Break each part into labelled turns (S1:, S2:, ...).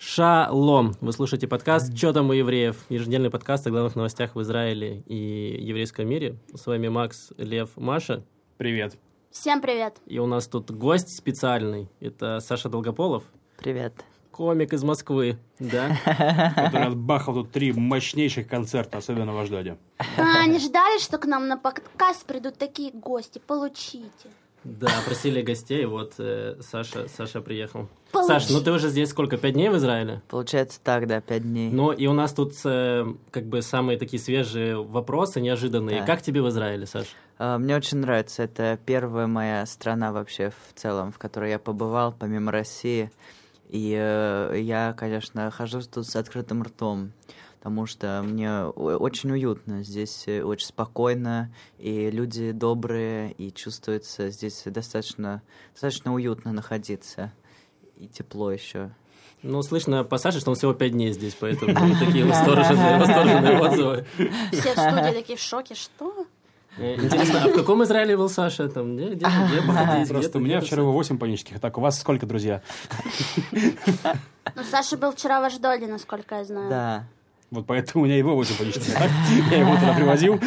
S1: Шалом! Вы слушаете подкаст «Чё там у евреев?» Еженедельный подкаст о главных новостях в Израиле и еврейском мире. С вами Макс, Лев, Маша.
S2: Привет.
S3: Всем привет.
S1: И у нас тут гость специальный. Это Саша Долгополов.
S4: Привет.
S1: Комик из Москвы, да?
S2: Который отбахал тут 3 мощнейших концерта, особенно в Аждоде.
S3: Не ждали, что к нам на подкаст придут такие гости? Получите.
S1: Да, просили гостей, вот Саша приехал.
S3: Получи.
S1: Саш, ну ты уже здесь сколько, 5 дней в Израиле?
S4: Получается так, да, 5 дней.
S1: Ну и у нас тут как бы самые такие свежие вопросы, неожиданные.
S4: Да.
S1: Как тебе в Израиле, Саш?
S4: Мне очень нравится. Это первая моя страна вообще в целом, в которой я побывал, помимо России. И я, конечно, хожу тут с открытым ртом, потому что мне очень уютно. Здесь очень спокойно, и люди добрые, и чувствуется здесь достаточно уютно находиться. И тепло еще.
S1: Ну, слышно по Саше, что он всего 5 дней здесь, поэтому такие восторженные отзывы.
S3: Все в студии такие в шоке. Что?
S1: Интересно, а в каком Израиле был Саша? Там, где походить?
S2: Просто у меня вчера было 8 панических атак. У вас сколько, друзья?
S3: Ну, Саша был вчера в Аждоде, насколько я знаю.
S4: Да.
S2: Вот поэтому у меня и было 8 панических атак. Я его туда привозил.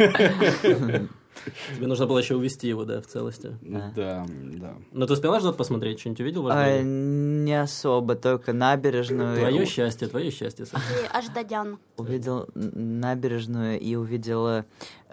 S1: Тебе нужно было еще увезти его, да, в целости.
S2: Да.
S1: Но ты успел Аждот посмотреть? Что-нибудь увидел в Аждоте?
S4: Не особо, только набережную.
S1: Твое счастье, Саша.
S3: И Аждодян.
S4: Увидел набережную и увидел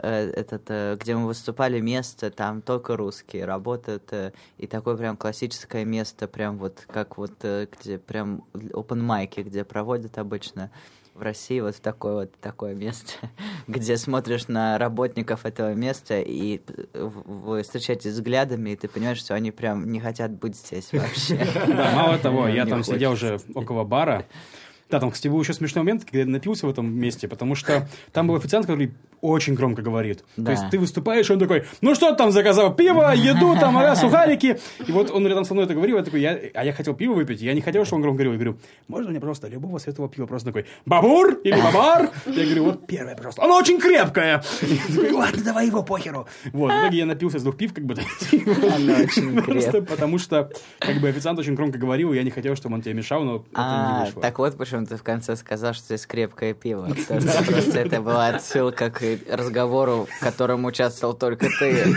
S4: где мы выступали, место, там только русские работают, и такое прям классическое место, прям вот как вот, где прям open майки, где проводят обычно в России, вот такое место, где смотришь на работников этого места, и вы встречаетесь взглядами, и ты понимаешь, что они прям не хотят быть здесь вообще.
S2: Да, мало того, я там сидел уже около бара. Да, там, кстати, был еще смешной момент, когда я напился в этом месте, потому что там был официант, который очень громко говорит.
S4: Да.
S2: То есть ты выступаешь, и он такой: ну что ты там заказал? Пиво, еду, там, сухарики. И вот он рядом со мной это говорил, я такой, я хотел пиво выпить, я не хотел, чтобы он громко говорил. Я говорю: можно мне просто любого светлого пива? Просто такой: бабур или бабар? Я говорю: вот первое, пожалуйста. Оно очень крепкое. Я такой: ладно, давай его, похеру. Вот, в итоге я напился с 2 пив, как бы.
S4: Оно очень
S2: Просто потому что, как бы, официант очень громко говорил, и я не хотел, чтобы он тебе мешал, но это не вышло.
S4: Так вот почему ты в конце сказал, что здесь крепкое пиво. Просто это была отсылка к разговору, в котором участвовал только ты.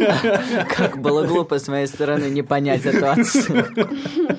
S4: Как было глупо с моей стороны не понять эту отсылку.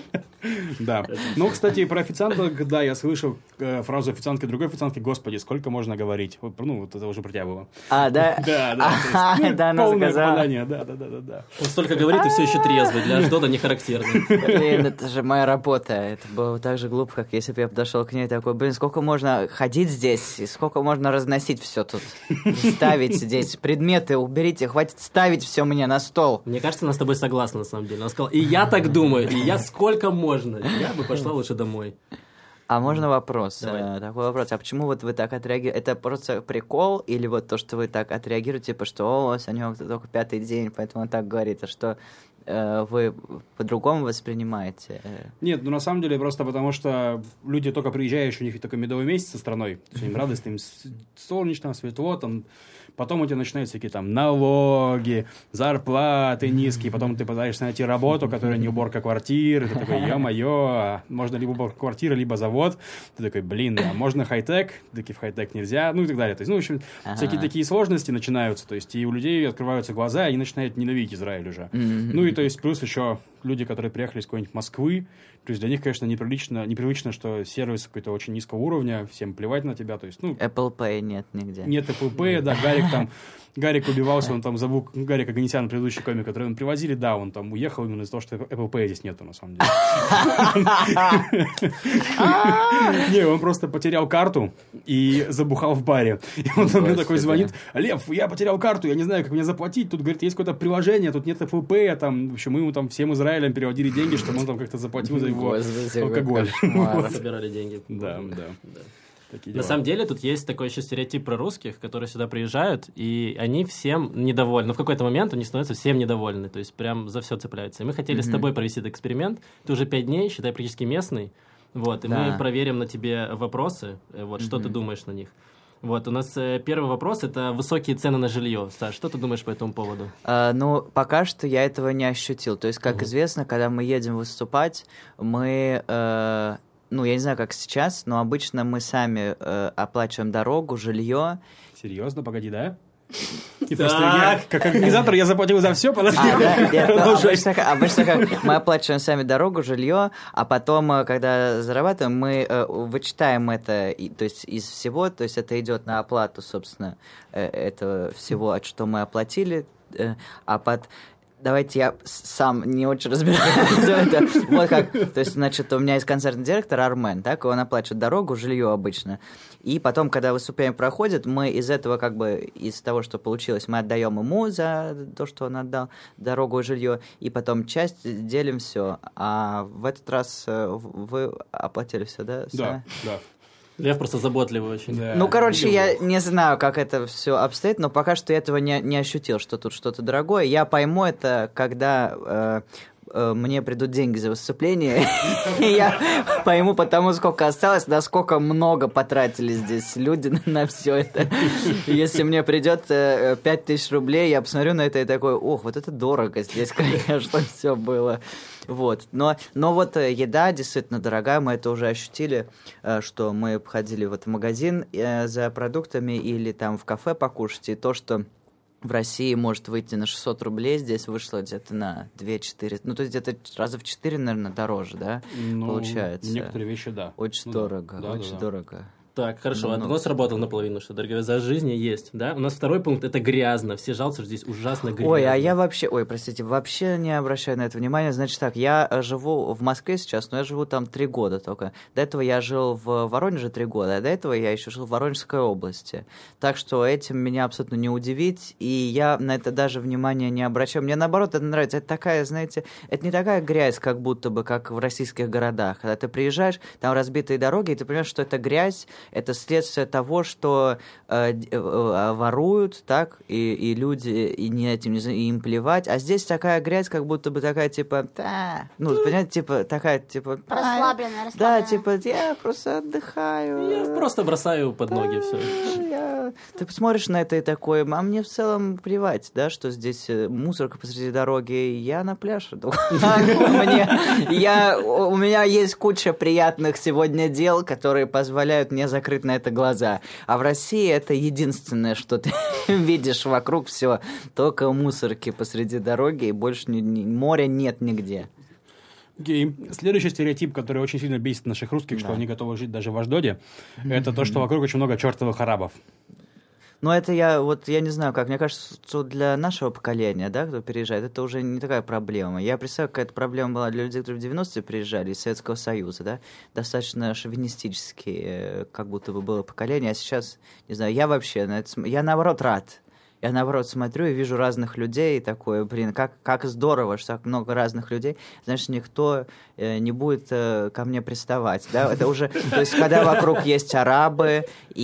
S2: Да. Ну, кстати, про официанта, да, я слышал фразу официантки другой официантки: господи, сколько можно говорить? Ну, вот это уже про тебя было.
S4: Да?
S2: Да.
S4: Да, она
S2: полное
S4: сказала.
S2: попадание, да.
S1: Он столько говорит и все еще трезвый. Для Аждода не характерно.
S4: Блин, это же моя работа. Это было так же глупо, как если бы я подошел к ней и такой: блин, сколько можно ходить здесь, и сколько можно разносить все тут, ставить здесь предметы, уберите, хватит ставить все мне на стол.
S1: Мне кажется, она с тобой согласна, на самом деле. Она сказала: и я так думаю, и я сколько можно. Я бы пошла лучше домой.
S4: А можно вопрос?
S1: Давай.
S4: Такой вопрос. А почему вот вы так отреагируете? Это просто прикол? Или вот то, что вы так отреагируете, типа, что Санек только 5-й день, поэтому он так говорит, а что вы по-другому воспринимаете?
S2: Нет, ну на самом деле просто потому, что люди только приезжаешь, у них только медовый месяц со страной, то есть им радостно, им солнечно, светло, там, потом у тебя начинаются всякие там налоги, зарплаты низкие, потом ты пытаешься найти работу, которая не уборка квартиры, ты такой: ё-моё, можно либо уборка квартиры, либо завод, ты такой: блин, а можно хай-тек, таки в хай-тек нельзя, ну и так далее. То есть, ну, в общем, всякие такие сложности начинаются, то есть и у людей открываются глаза, и они начинают ненавидеть Израиль уже. Ну и то есть плюс еще люди, которые приехали из какой-нибудь Москвы, то есть для них, конечно, непривычно, что сервис какой-то очень низкого уровня, всем плевать на тебя, то есть, ну...
S4: Apple Pay нет нигде.
S2: Нет Apple Pay, да, Гарик убивался, он там забыл, Гарик Аганесян, предыдущий комик, который он привозили, да, он там уехал именно из-за того, что Apple Pay здесь нету, на самом деле. Не, он просто потерял карту и забухал в баре. И он мне такой звонит: Лев, я потерял карту, я не знаю, как мне заплатить. Тут, говорит, есть какое-то приложение, тут нет Apple Pay, там, в общем, мы ему там всем Израилем переводили деньги, чтобы он там как-то заплатил за его алкоголь.
S1: Собирали деньги.
S2: Да.
S1: На самом деле тут есть такой еще стереотип про русских, которые сюда приезжают, и они всем недовольны. Но в какой-то момент они становятся всем недовольны, то есть прям за все цепляются. И мы хотели с тобой провести этот эксперимент. Ты уже 5 дней, считай, практически местный. Вот, и мы проверим на тебе вопросы, вот, что ты думаешь на них. Вот, у нас первый вопрос – это высокие цены на жилье. Саш, что ты думаешь по этому поводу?
S4: Ну, пока что я этого не ощутил. То есть, как известно, когда мы едем выступать, мы ну, я не знаю, как сейчас, но обычно мы сами оплачиваем дорогу, жилье.
S2: Серьезно? Погоди, да? И просто я, как организатор, я заплатил за все, подожди.
S4: Обычно как мы оплачиваем сами дорогу, жилье, а потом, когда зарабатываем, мы вычитаем это, то есть из всего, то есть это идет на оплату, собственно, этого всего, что мы оплатили, Давайте я сам не очень разбираюсь в это. Вот как. То есть, значит, у меня есть концертный директор Армен, так, он оплачивает дорогу, жилье обычно. И потом, когда выступление проходит, мы из этого, как бы, из того, что получилось, мы отдаем ему за то, что он отдал, дорогу и жилье, и потом часть делим все. А в этот раз вы оплатили все, да?
S2: Да.
S1: Лев просто заботливый очень.
S2: Да.
S4: Ну, короче, я не знаю, как это все обстоит, но пока что я этого не ощутил, что тут что-то дорогое. Я пойму это, когда мне придут деньги за выступление. Я пойму потому, сколько осталось, насколько много потратили здесь люди на все это. Если мне придет 5000 рублей, я посмотрю на это и такой, ох, вот это дорого здесь, конечно, все было. Вот. Но вот еда действительно дорогая, мы это уже ощутили, что мы ходили в магазин за продуктами или там в кафе покушать, и то, что в России может выйти на 600 рублей, здесь вышло где-то на 2-4, ну, то есть где-то раза в 4, наверное, дороже, да, получается?
S2: Некоторые вещи, да.
S4: Очень дорого, очень дорого.
S1: Так, хорошо, одно сработало наполовину, что дороговизна жизни есть, да? У нас второй пункт – это грязно. Все жалуются, что здесь ужасно грязно.
S4: Ой, а я вообще, вообще не обращаю на это внимания. Значит так, я живу в Москве сейчас, но я живу там 3 года только. До этого я жил в Воронеже 3 года, а до этого я еще жил в Воронежской области. Так что этим меня абсолютно не удивить, и я на это даже внимания не обращаю. Мне наоборот это нравится. Это такая, знаете, это не такая грязь, как будто бы, как в российских городах. Когда ты приезжаешь, там разбитые дороги, и ты понимаешь, что это грязь, это следствие того, что воруют, так, и люди и не этим и им плевать. А здесь такая грязь, как будто бы такая, типа, ну, понимаете, типа, такая, типа...
S3: Расслабленная.
S4: Да, типа, я просто отдыхаю.
S1: Я просто бросаю под ноги все.
S4: Ты посмотришь на это и такой, а мне в целом плевать, да, что здесь мусорка посреди дороги, я на пляж иду. У меня есть куча приятных сегодня дел, которые позволяют мне закрыть на это глаза. А в России это единственное, что ты видишь вокруг, все, только мусорки посреди дороги, и больше моря нет нигде.
S2: Окей. Следующий стереотип, который очень сильно бесит наших русских, что они готовы жить даже в Ашдоде, это то, что вокруг очень много чертовых арабов.
S4: Ну, это я не знаю как, мне кажется, что для нашего поколения, да, кто переезжает, это уже не такая проблема. Я представляю, какая-то проблема была для людей, которые в 90-е приезжали из Советского Союза, да, достаточно шовинистически, как будто бы было поколение, а сейчас, не знаю, я наоборот рад. Я, наоборот, смотрю и вижу разных людей, и такое, блин, как здорово, что так много разных людей. Знаешь, никто не будет ко мне приставать, да, это уже, то есть, когда вокруг есть арабы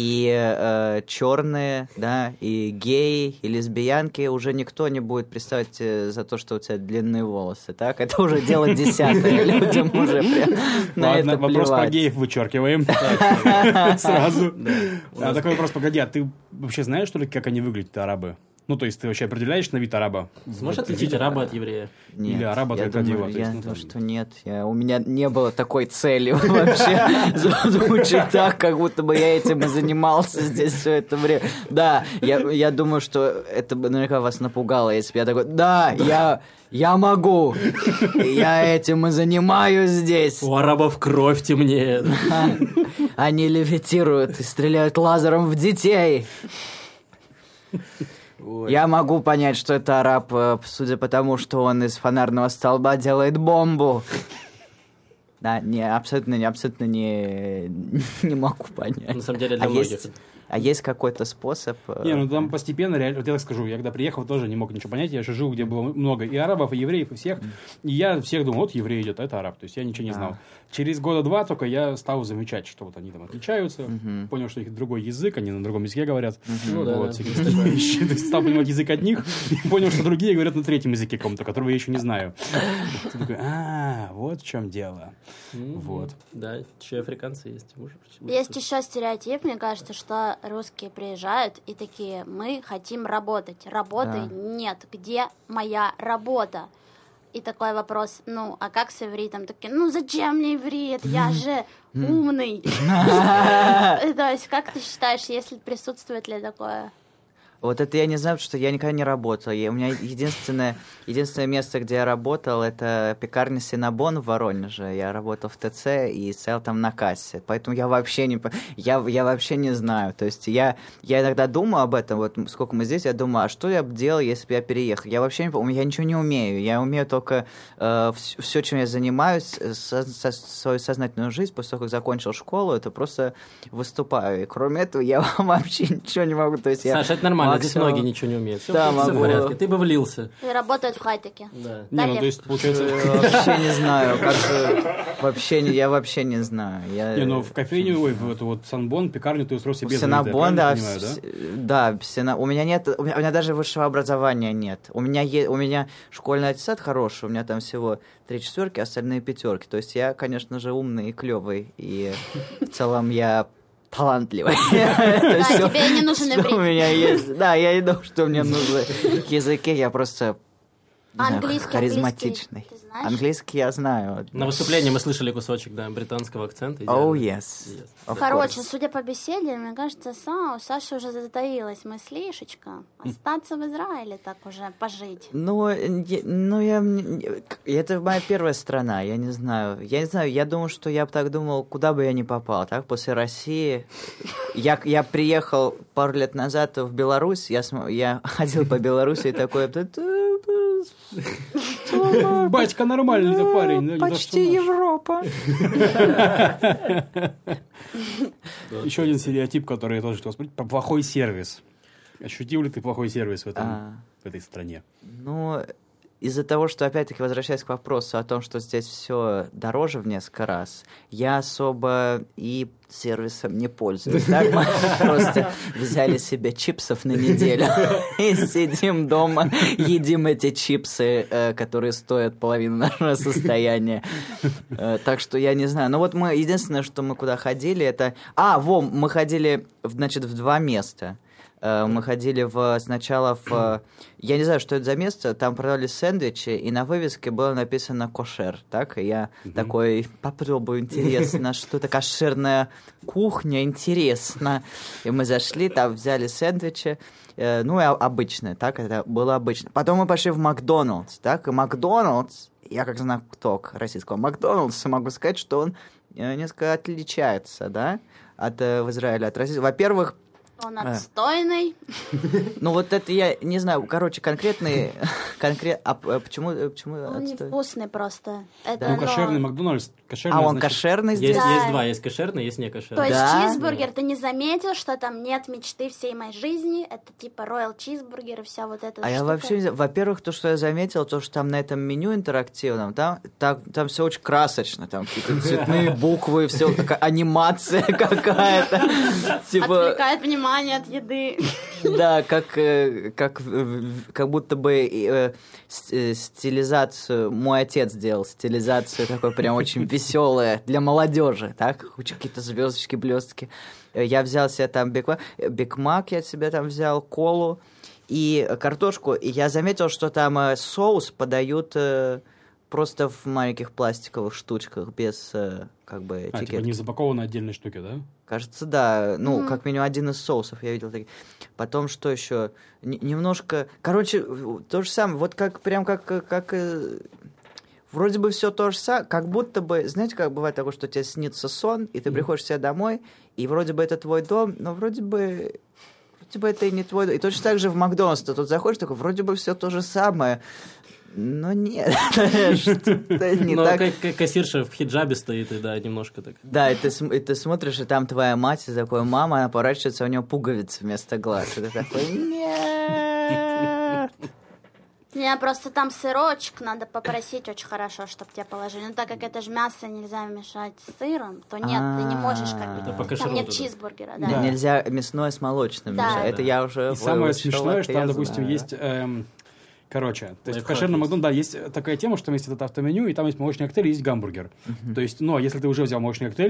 S4: и черные, да, и геи, и лесбиянки, уже никто не будет приставать за то, что у тебя длинные волосы, так, это уже дело 10-е, людям уже прям на это плевать.
S2: Вопрос про геев вычеркиваем сразу. Такой вопрос, погоди, а ты вообще знаешь, что ли, как они выглядят, арабы? Ну, то есть ты вообще определяешь на вид араба?
S1: Сможешь отличить араба от еврея?
S4: Нет,
S2: или араба от Акадеева?
S4: Я думаю, что нет. У меня не было такой цели вообще. Звучит так, как будто бы я этим и занимался здесь все это время. Да, я думаю, что это бы наверняка вас напугало, если бы я такой, да, я могу. Я этим и занимаюсь здесь.
S1: У арабов кровь темнеет.
S4: Они левитируют и стреляют лазером в детей. Ой. Я могу понять, что это араб, судя по тому, что он из фонарного столба делает бомбу. Да, абсолютно не могу понять.
S1: На самом деле для многих.
S4: А есть какой-то способ?
S2: Не, там постепенно, реально, вот я так скажу, я когда приехал, тоже не мог ничего понять, я же жил, где было много и арабов, и евреев, и всех, и я всех думал, вот еврей идет, а это араб, то есть я ничего не знал. Через года 2 только я стал замечать, что вот они там отличаются, понял, что их другой язык, они на другом языке говорят, всякие такие вещи, то есть стал понимать язык одних, и понял, что другие говорят на третьем языке каком-то, которого я еще не знаю. Ты такой, вот в чем дело. Вот.
S1: Да, еще и африканцы есть.
S3: Есть еще стереотип, мне кажется, что русские приезжают и такие, мы хотим работать. Работы нет. Где моя работа? и такой вопрос, ну, а как с ивритом? Такие, ну, зачем мне иврит? Я же умный. То есть, как ты считаешь, если присутствует ли такое?
S4: Вот это я не знаю, потому что я никогда не работал. У меня единственное место, где я работал, это пекарня Синабон в Воронеже. Я работал в ТЦ и стоял там на кассе. Поэтому я вообще не знаю. То есть я иногда думаю об этом, вот сколько мы здесь, я думаю, а что я бы делал, если бы я переехал? Я вообще я ничего не умею. Я умею только все, чем я занимаюсь, свою сознательную жизнь, после того, как закончил школу, это просто выступаю. И кроме этого я вообще ничего не могу. То есть
S1: Саша, это нормально. Здесь многие ничего не умеют. Все в порядке. Ты бы влился.
S3: И работают в хай-теке.
S1: Да.
S2: Не, ну то есть, получается...
S4: Вообще не знаю. Я вообще не знаю.
S2: Не, ну в кофейню, в эту вот Санбон, пекарню ты устроился без
S4: Синабон, да.
S2: понимаю,
S4: да? Да, у меня даже высшего образования нет. У меня школьный аттестат хороший, у меня там всего 3 четверки, остальные 5. То есть я, конечно же, умный и клевый. И в целом я... талантливый.
S3: Да, тебе не нужен иврит.
S4: У меня есть. Да, я не думаю, что мне нужны языки, я просто харизматичный.
S3: Ты знаешь?
S4: Английский я знаю.
S1: На выступлении мы слышали кусочек, да, британского акцента.
S4: Oh, yes.
S3: Короче, судя по беседе, мне кажется, у Саши уже затаилась мыслишечка остаться в Израиле, так уже пожить.
S4: Это моя первая страна, я не знаю, я думаю, что я бы так думал, куда бы я ни попал, так, после России. Я приехал пару лет назад в Беларусь, я ходил по Беларуси и такой...
S2: Батька нормальный ты парень.
S4: Почти Европа.
S2: Еще один стереотип, который я тоже хотел спросить. Плохой сервис. Ощутил ли ты плохой сервис в этой стране?
S4: Ну, из-за того, что, опять-таки, возвращаясь к вопросу о том, что здесь все дороже в несколько раз, я особо и сервисом не пользуюсь. Так? Мы просто взяли себе чипсов на неделю и сидим дома, едим эти чипсы, которые стоят половину нашего состояния. Так что я не знаю. Но вот мы, единственное, что мы куда ходили, это... мы ходили, значит, в 2 места. Мы ходили сначала в... Я не знаю, что это за место. Там продавали сэндвичи, и на вывеске было написано «кошер». Так? И я такой, попробую, интересно, что-то кошерная кухня, интересно. И мы зашли, там взяли сэндвичи. Ну, и обычные, так? Это было обычно. Потом мы пошли в Макдональдс, так? И Макдональдс, я как знаток российского Макдональдса могу сказать, что он несколько отличается, да? В Израиле от российского. Во-первых,
S3: он отстойный.
S4: Ну вот это я не знаю, короче, почему
S3: он невкусный просто.
S2: Это кошерный Макдональдс.
S4: Он кошерный здесь?
S1: Есть 2, есть кошерный, есть не кошерный.
S3: То есть чизбургер, ты не заметил, что там нет мечты всей моей жизни? Это типа Royal Cheeseburger и вся вот эта штука?
S4: Я вообще не знаю. Во-первых, то, что я заметил, то, что там на этом меню интерактивном, там все очень красочно, там какие-то цветные буквы, все такая анимация какая-то.
S3: Отвлекает внимание от еды.
S4: Да, как будто бы стилизацию, мой отец делал стилизацию такой прям очень веселая для молодежи, так, какие-то звездочки, блестки. Я взял себе там Биг Мак, я себе там взял, колу и картошку, и я заметил, что там соус подают просто в маленьких пластиковых штучках, без этикетки.
S2: Типа не запакованы отдельные штуки, да?
S4: Кажется, да. Ну, как минимум один из соусов я видел такие. Потом что еще? Немножко... Короче, то же самое. Вот как вроде бы все то же самое, как будто бы... Знаете, как бывает такое, что тебе снится сон, и ты приходишь себе домой, и вроде бы это твой дом, но вроде бы это и не твой дом. И точно так же в Макдональдс ты тут заходишь, такой, вроде бы все то же самое. Но нет, что-то не так.
S1: Но кассирша в хиджабе стоит, и да, немножко так.
S4: Да, и ты смотришь, и там твоя мать, и такой, мама, она поворачивается, у нее пуговицы вместо глаз. И ты такой, нет.
S3: Не, просто там сырочек, надо попросить очень хорошо, чтобы тебе положили. Но так как это же мясо нельзя мешать с сыром, то нет, ты не можешь там нет чизбургера. Да.
S4: Нельзя мясное с молочным мешать. Это я уже...
S2: И самое смешное, что там, допустим, есть... Короче, то есть в кошерном Макдональдсе, да, есть такая тема, что там есть этот автоменю, и там есть молочный коктейль, и есть гамбургер. То есть, но если ты уже взял молочный коктейль,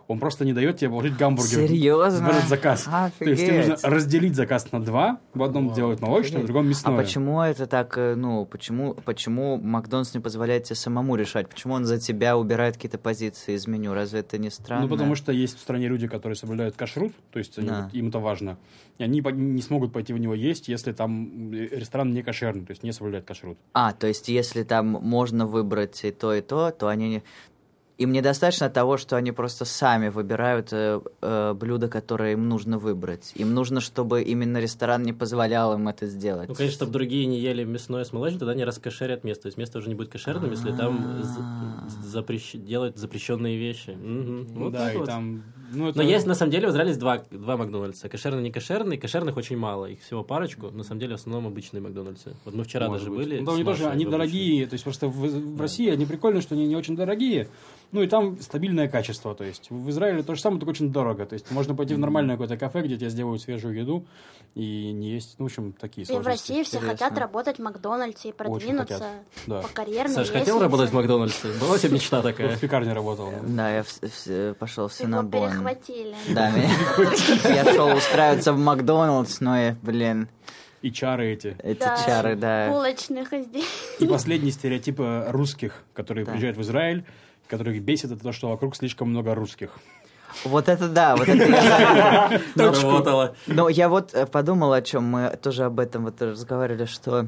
S2: он просто не дает тебе положить гамбургер
S4: Серьезно?
S2: в этот заказ.
S4: Офигеть.
S2: То есть тебе нужно разделить заказ на два, в одном делать молочное, в другом мясное.
S4: А почему это так, почему Макдональдс не позволяет тебе самому решать? Почему он за тебя убирает какие-то позиции из меню? Разве это не странно?
S2: Ну, потому что есть в стране люди, которые соблюдают кашрут, то есть им это важно. И они не смогут пойти в него есть, если там ресторан не кошерный, то есть не соблюдает кашрут.
S4: То есть если там можно выбрать и то, то они не... Им недостаточно того, что они просто сами выбирают блюда, которые им нужно выбрать. Им нужно, чтобы именно ресторан не позволял им это сделать.
S1: Ну, конечно, чтобы другие не ели мясное с молочным, тогда они раскошерят место. То есть место уже не будет кошерным, если там делают запрещенные вещи. Вот
S2: да,
S1: и
S2: вот. Там...
S1: Но есть, на самом деле, в Израиле есть два Макдональдса. Кошерный, не кошерный. Кошерных очень мало. Их всего парочку. На самом деле, в основном обычные Макдональдсы. Вот мы вчера даже были.
S2: Ну, они дорогие. То есть просто в России они прикольные, что они не очень дорогие. Ну, и там стабильное качество, то есть в Израиле то же самое, только очень дорого, то есть можно пойти в нормальное какое-то кафе, где тебе сделают свежую еду и не есть, ну, в общем, такие сложности.
S3: И в России все хотят работать в Макдональдсе и продвинуться по карьерной
S1: лестнице. Саш, хотел работать в Макдональдсе? Была у тебя мечта такая?
S2: В пекарне работал.
S4: Да, я пошел в Синабон.
S3: Его перехватили.
S4: Да, я шел устраиваться в Макдональдс, но
S2: И чары эти.
S4: Чары, да.
S3: Булочных изделий.
S2: И последний стереотип русских, которые приезжают в Израиль, которых бесит, это то, что вокруг слишком много русских.
S4: Вот это да, вот это я
S1: работало.
S4: Но я вот подумал, о чем мы тоже об этом вот разговаривали, что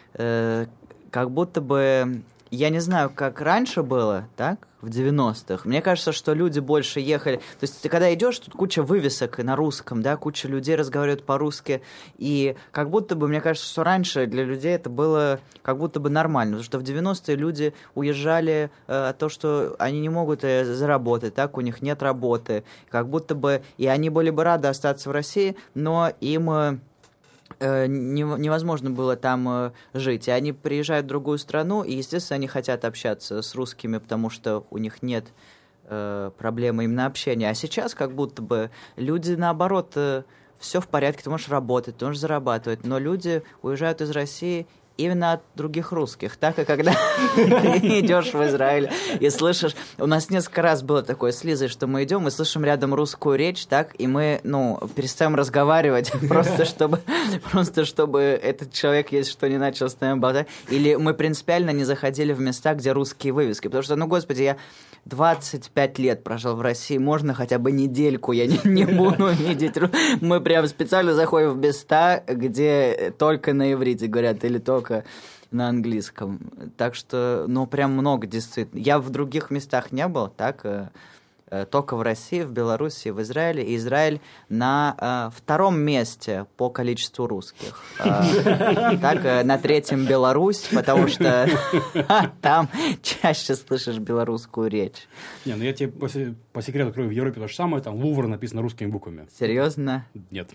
S4: как будто бы, я не знаю, как раньше было, так, в 90-х. Мне кажется, что люди больше ехали... То есть ты когда идешь, тут куча вывесок на русском, да, куча людей разговаривают по-русски, и как будто бы, мне кажется, что раньше для людей это было как будто бы нормально, потому что в 90-е люди уезжали от того, что они не могут заработать, так, у них нет работы, как будто бы... И они были бы рады остаться в России, но им... невозможно было там жить. И они приезжают в другую страну, и, естественно, они хотят общаться с русскими, потому что у них нет проблемы именно общения. А сейчас как будто бы люди, наоборот, все в порядке, ты можешь работать, ты можешь зарабатывать, но люди уезжают из России именно от других русских, так, и когда идешь в Израиль и слышишь... У нас несколько раз было такое с Лизой, что мы идем и слышим рядом русскую речь, так, и мы, перестаем разговаривать, просто чтобы этот человек, если что, не начал с нами болтать. Или мы принципиально не заходили в места, где русские вывески, потому что, господи, я 25 лет прожил в России, можно хотя бы недельку, я не буду видеть. Мы прям специально заходим в места, где только на иврите говорят, или только на английском. Так что, прям много действительно. Я в других местах не был, так, только в России, в Беларуси, в Израиле. И Израиль на втором месте по количеству русских. Так, на третьем Беларусь, потому что там чаще слышишь белорусскую речь.
S2: Не, я тебе по секрету открою, в Европе то же самое, там Лувр написано русскими буквами.
S4: Серьезно?
S2: Нет.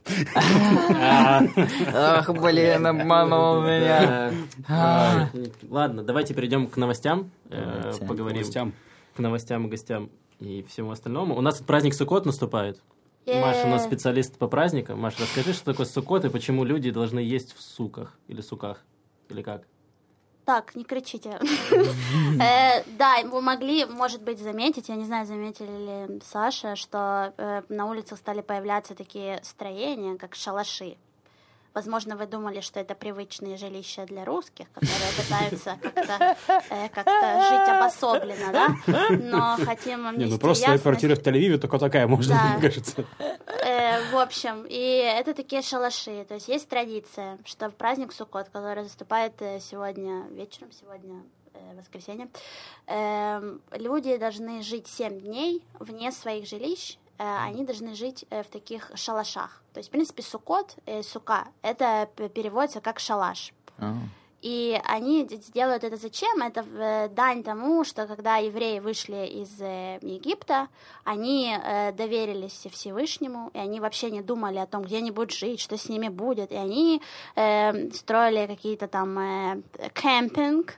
S4: Ах, блин, обманул меня.
S1: Ладно, давайте перейдем к новостям. Поговорим. К новостям и гостям. И всему остальному. У нас праздник Суккот наступает. Маша у нас специалист по праздникам. Маша, расскажи, что такое Суккот и почему люди должны есть в суках или суках, или как?
S3: Так, не кричите. Да, вы могли, может быть, заметить, я не знаю, заметили ли Саша, что на улицах стали появляться такие строения, как шалаши. Возможно, вы думали, что это привычные жилища для русских, которые пытаются как-то жить обособленно, да? Но хотим вам нести
S2: просто
S3: ясность.
S2: квартира в Тель-Авиве только такая, можно, мне кажется.
S3: В общем, и это такие шалаши. То есть есть традиция, что в праздник Суккот, который наступает сегодня вечером, сегодня воскресенье, люди должны жить 7 дней вне своих жилищ. Они должны жить в таких шалашах. То есть, в принципе, Суккот, сука, это переводится как шалаш. И они делают это зачем? Это дань тому, что когда евреи вышли из Египта, они доверились Всевышнему, и они вообще не думали о том, где они будут жить, что с ними будет. И они строили какие-то там кемпинг,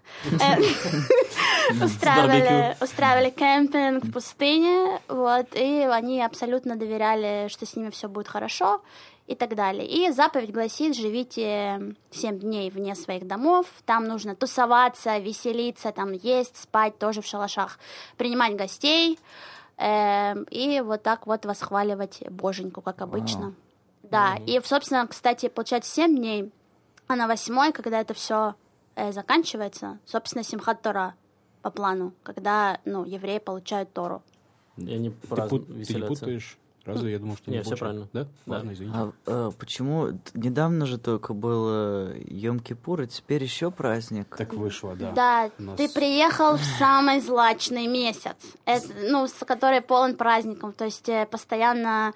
S3: устраивали кемпинг в пустыне, и они абсолютно доверяли, что с ними все будет хорошо. И так далее. И заповедь гласит: живите 7 дней вне своих домов, там нужно тусоваться, веселиться, там есть, спать тоже в шалашах, принимать гостей. и вот так вот восхваливать Боженьку, как обычно. Да, и, собственно, кстати, получается 7 дней, а на 8-й, когда это все заканчивается, собственно, Симхат Тора по плану, когда, евреи получают Тору.
S1: И они
S2: Ты не путаешь? Разве? Я думал, что
S1: не все правильно.
S2: Да? Ладно, извините.
S4: Почему? Недавно же только был Йом-Кипур, и теперь еще праздник.
S2: Так вышло, да.
S3: Да, ты приехал в самый злачный месяц, который полон праздников. То есть постоянно,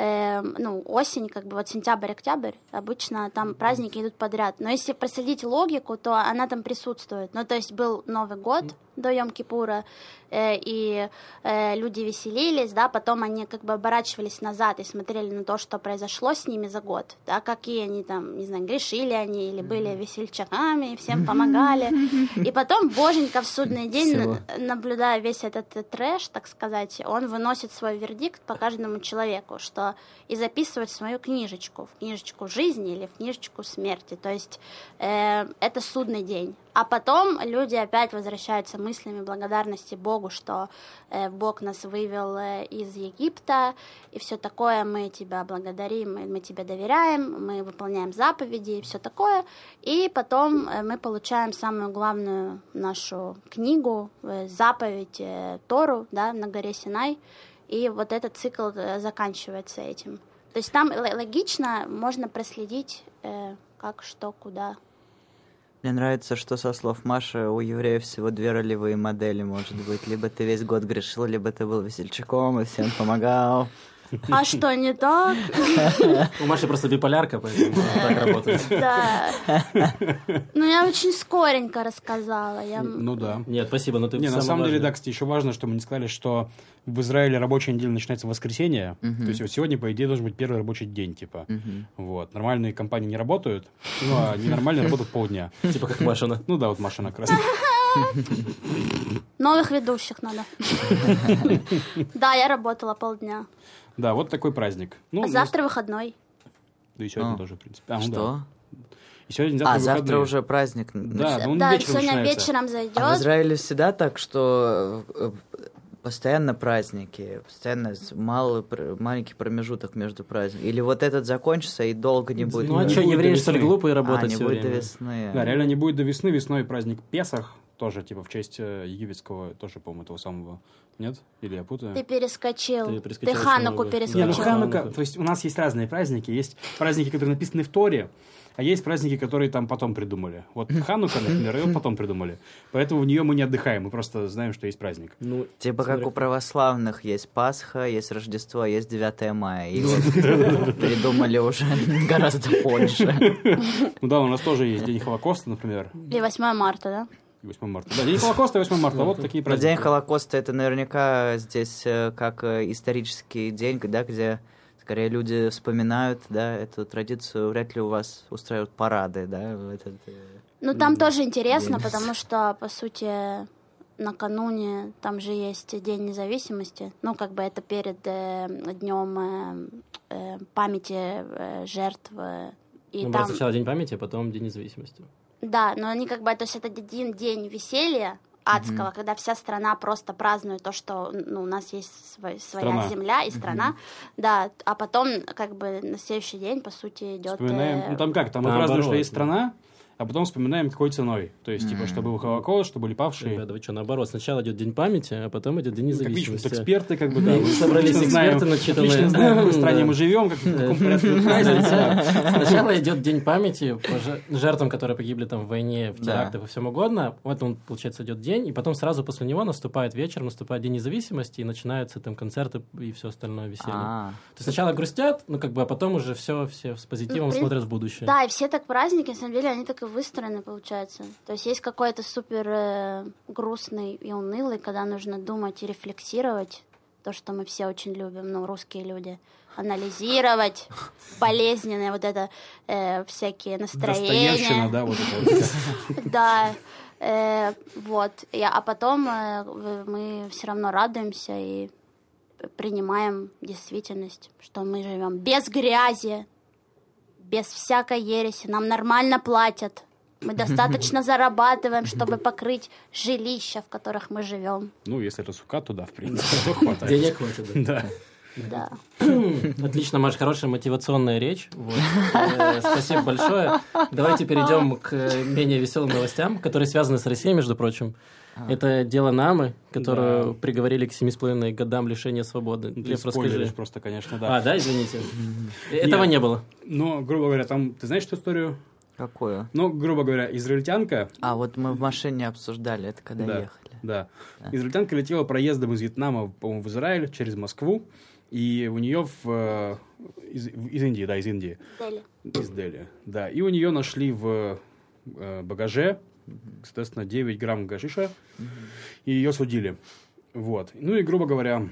S3: осень, вот сентябрь-октябрь, обычно там праздники идут подряд. Но если проследить логику, то она там присутствует. То есть был Новый год до Йом-Кипура, и люди веселились, да, потом они оборачивались назад и смотрели на то, что произошло с ними за год, да, какие они там, не знаю, грешили они или были весельчаками, всем помогали. И потом Боженька в судный день, наблюдая весь этот трэш, так сказать, он выносит свой вердикт по каждому человеку, что и записывает в свою книжечку, в книжечку жизни или в книжечку смерти. То есть это судный день. А потом люди опять возвращаются мыслями благодарности Богу, что Бог нас вывел из Египта, и все такое, мы тебя благодарим, мы тебе доверяем, мы выполняем заповеди и все такое. И потом мы получаем самую главную нашу книгу, заповедь Тору, да, на горе Синай, и вот этот цикл заканчивается этим. То есть там логично можно проследить, как, что, куда.
S4: Мне нравится, что со слов Маши у евреев всего 2 ролевые модели, может быть. Либо ты весь год грешил, либо ты был весельчаком и всем помогал.
S3: А что, не так?
S1: У Маши просто биполярка, поэтому так работает.
S3: Да. Я очень скоренько рассказала.
S2: Ну да.
S1: Нет, спасибо, но ты
S2: на самом деле, да, кстати, еще важно, что мы не сказали, что в Израиле рабочая неделя начинается в воскресенье. То есть вот сегодня, по идее, должен быть первый рабочий день, типа. Вот. Нормальные компании не работают, а ненормальные работают полдня.
S1: Типа как Машина.
S2: Ну да, вот Машина как раз.
S3: Новых ведущих надо. Да, я работала полдня.
S2: Да, вот такой праздник.
S3: А завтра выходной.
S2: Да и сегодня тоже, в принципе.
S4: Что?
S2: И сегодня, завтра
S4: завтра
S2: выходные.
S4: уже праздник.
S2: Да,
S3: сегодня вечером зайдет.
S4: А в Израиле всегда так, что постоянно праздники, постоянно маленький промежуток между праздниками. Или вот этот закончится и долго не будет.
S1: А что, евреи, что ли, глупые работать
S4: не будет до весны.
S2: Да, реально не будет до весны. Весной праздник Песах. Тоже, типа, в честь египетского, тоже, по-моему, этого самого. Нет? Или я путаю?
S3: Ты перескочил. Ты Хануку перескочил.
S2: Не, Ханука, то есть у нас есть разные праздники. Есть праздники, которые написаны в Торе, а есть праздники, которые там потом придумали. Вот Ханука, например, ее потом придумали. Поэтому в нее мы не отдыхаем, мы просто знаем, что есть праздник.
S4: Типа как у православных есть Пасха, есть Рождество, есть 9 мая. И придумали уже гораздо позже.
S2: Ну да, у нас тоже есть День Холокоста, например.
S3: И 8 марта, да?
S2: 8 марта. Да, День Холокоста и 8 марта. Вот такие праздники.
S4: День Холокоста — это наверняка здесь как исторический день, да, где скорее люди вспоминают, да, эту традицию. Вряд ли у вас устраивают парады, да, в этот
S3: там тоже интересно, потому что, по сути, накануне там же есть День независимости. Это перед днем памяти жертв. И там...
S1: Сначала День памяти, а потом День независимости.
S3: Да, но они то есть это один день веселья адского, когда вся страна просто празднует то, что у нас есть своя земля и страна, да, а потом на следующий день, по сути, идет...
S2: Вспоминаем, там мы празднуем, что есть страна, а потом вспоминаем, какой ценой. То есть, типа, что был Холокост, что были павшие.
S1: Ребята, вы что, наоборот, сначала идет День памяти, а потом идет День независимости.
S2: Как эксперты, да.
S1: Мы собрались эксперты, начитанные.
S2: Отлично знаем, в какой стране мы живем, в каком порядке празднуется.
S1: Сначала идет День памяти по жертвам, которые погибли там в войне, в терактах и всем угодно. Вот он, получается, идет день, и потом сразу после него наступает вечер, наступает День независимости, и начинаются там концерты и все остальное веселье. То есть сначала грустят, а потом уже все с позитивом смотрят в будущее.
S3: Да, и все так праздники, на самом деле, они так и выстроены, получается. То есть есть какой-то супер грустный и унылый, когда нужно думать и рефлексировать, то, что мы все очень любим, русские люди, анализировать болезненные всякие настроения.
S2: Достоевщина, да, вот это.
S3: Да, вот. А потом мы все равно радуемся и принимаем действительность, что мы живем без грязи, без всякой ереси, нам нормально платят. Мы достаточно зарабатываем, чтобы покрыть жилища, в которых мы живем.
S2: Ну, если это сука, то да, в принципе, то хватает.
S1: Денег хватит, да.
S3: Да.
S1: Отлично, Маш, хорошая мотивационная речь. Вот. Спасибо большое. Давайте перейдем к менее веселым новостям, которые связаны с Россией, между прочим. Это дело Намы, которую приговорили к 7,5 годам лишения свободы.
S2: Ты спойлеришь просто, конечно, да.
S1: Да, извините. Этого не было.
S2: Но, грубо говоря, там, ты знаешь эту историю?
S4: Какую?
S2: Ну, грубо говоря, израильтянка...
S4: Вот мы в машине обсуждали, это когда ехали.
S2: Да. Израильтянка летела проездом из Вьетнама, по-моему, в Израиль через Москву, и у нее из Индии, да, из Индии.
S3: Дели.
S2: Из Дели, да. И у нее нашли в багаже, соответственно, 9 грамм гашиша, и ее судили. Вот. Ну и, грубо говоря,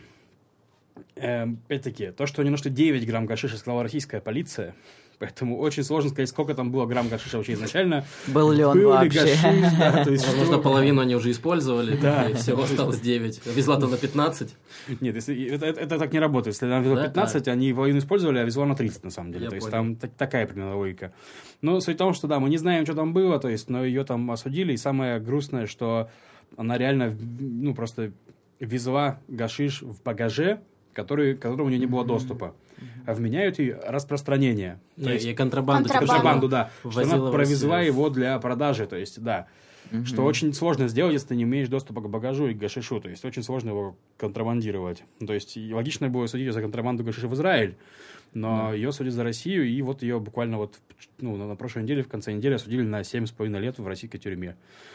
S2: опять-таки, то, что они нашли 9 грамм гашиша, сказала российская полиция, поэтому очень сложно сказать, сколько там было грамм гашиша вообще изначально.
S4: Был ли он вообще?
S2: Гашиш, да, то есть,
S1: возможно, половину они уже использовали, и всего осталось 9. Везла-то на 15.
S2: Нет, это так не работает. Если она везла 15, они половину использовали, а везла на 30, на самом деле.
S1: Я
S2: то есть
S1: понял.
S2: там такая примерно логика. Но суть в том, что да, мы не знаем, что там было, то есть, но ее там осудили, и самое грустное, что она реально, ну, просто везла гашиш в багаже, к которому у нее не было доступа. А вменяют ей распространение. То есть,
S1: и контрабанду.
S2: Контрабанду, да. Что она
S1: Возила
S2: провезла его для продажи, то есть, да. Что очень сложно сделать, если ты не имеешь доступа к багажу и к гашишу. То есть, очень сложно его контрабандировать. То есть, логично было судить ее за контрабанду гашиша в Израиль, но ее судят за Россию, и вот ее буквально вот, ну, на прошлой неделе, в конце недели, осудили на 7,5 лет в российской тюрьме.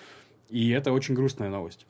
S2: И это очень грустная новость.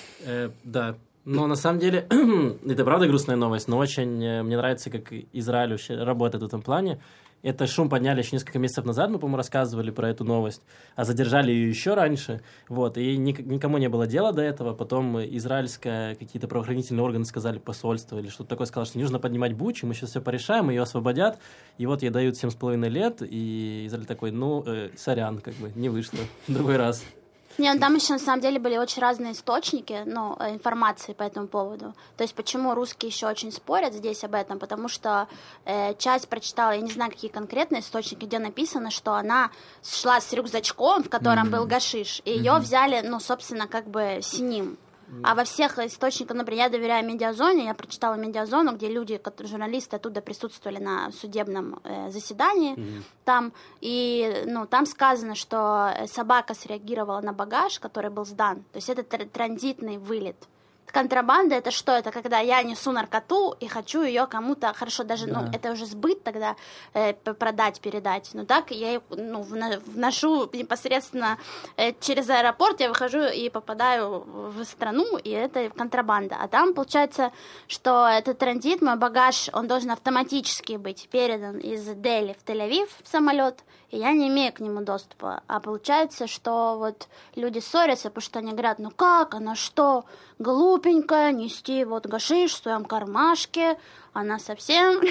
S1: Да. Но на самом деле, это правда грустная новость, но очень мне нравится, как Израиль вообще работает в этом плане. Это шум подняли еще несколько месяцев назад, мы, по-моему, рассказывали про эту новость, а задержали ее еще раньше, вот, и никому не было дела до этого. Потом израильские какие-то правоохранительные органы сказали, посольство или что-то такое, сказало, что не нужно поднимать бучу, мы сейчас все порешаем, ее освободят, и вот ей дают 7,5 лет, и Израиль такой, сорян, как бы, не вышло, в другой раз.
S3: Не, там еще на самом деле были очень разные источники, информации по этому поводу. То есть почему русские еще очень спорят здесь об этом, потому что часть прочитала, я не знаю, какие конкретные источники, где написано, что она шла с рюкзачком, в котором был гашиш, и ее взяли, собственно, как бы синим. А во всех источниках, например, я доверяю Медиазоне, я прочитала Медиазону, где люди, журналисты оттуда присутствовали на судебном заседании там, и там сказано, что собака среагировала на багаж, который был сдан, то есть это транзитный вылет. Контрабанда — это что? Это когда я несу наркоту и хочу ее кому-то, хорошо, даже, это уже сбыт тогда, продать, передать. Но так я ее вношу непосредственно через аэропорт, я выхожу и попадаю в страну, и это контрабанда. А там получается, что этот транзит, мой багаж, он должен автоматически быть передан из Дели в Тель-Авив в самолет, и я не имею к нему доступа. А получается, что вот люди ссорятся, потому что они говорят, как, она что, глупенькая, нести вот гашиш в своем кармашке, она совсем...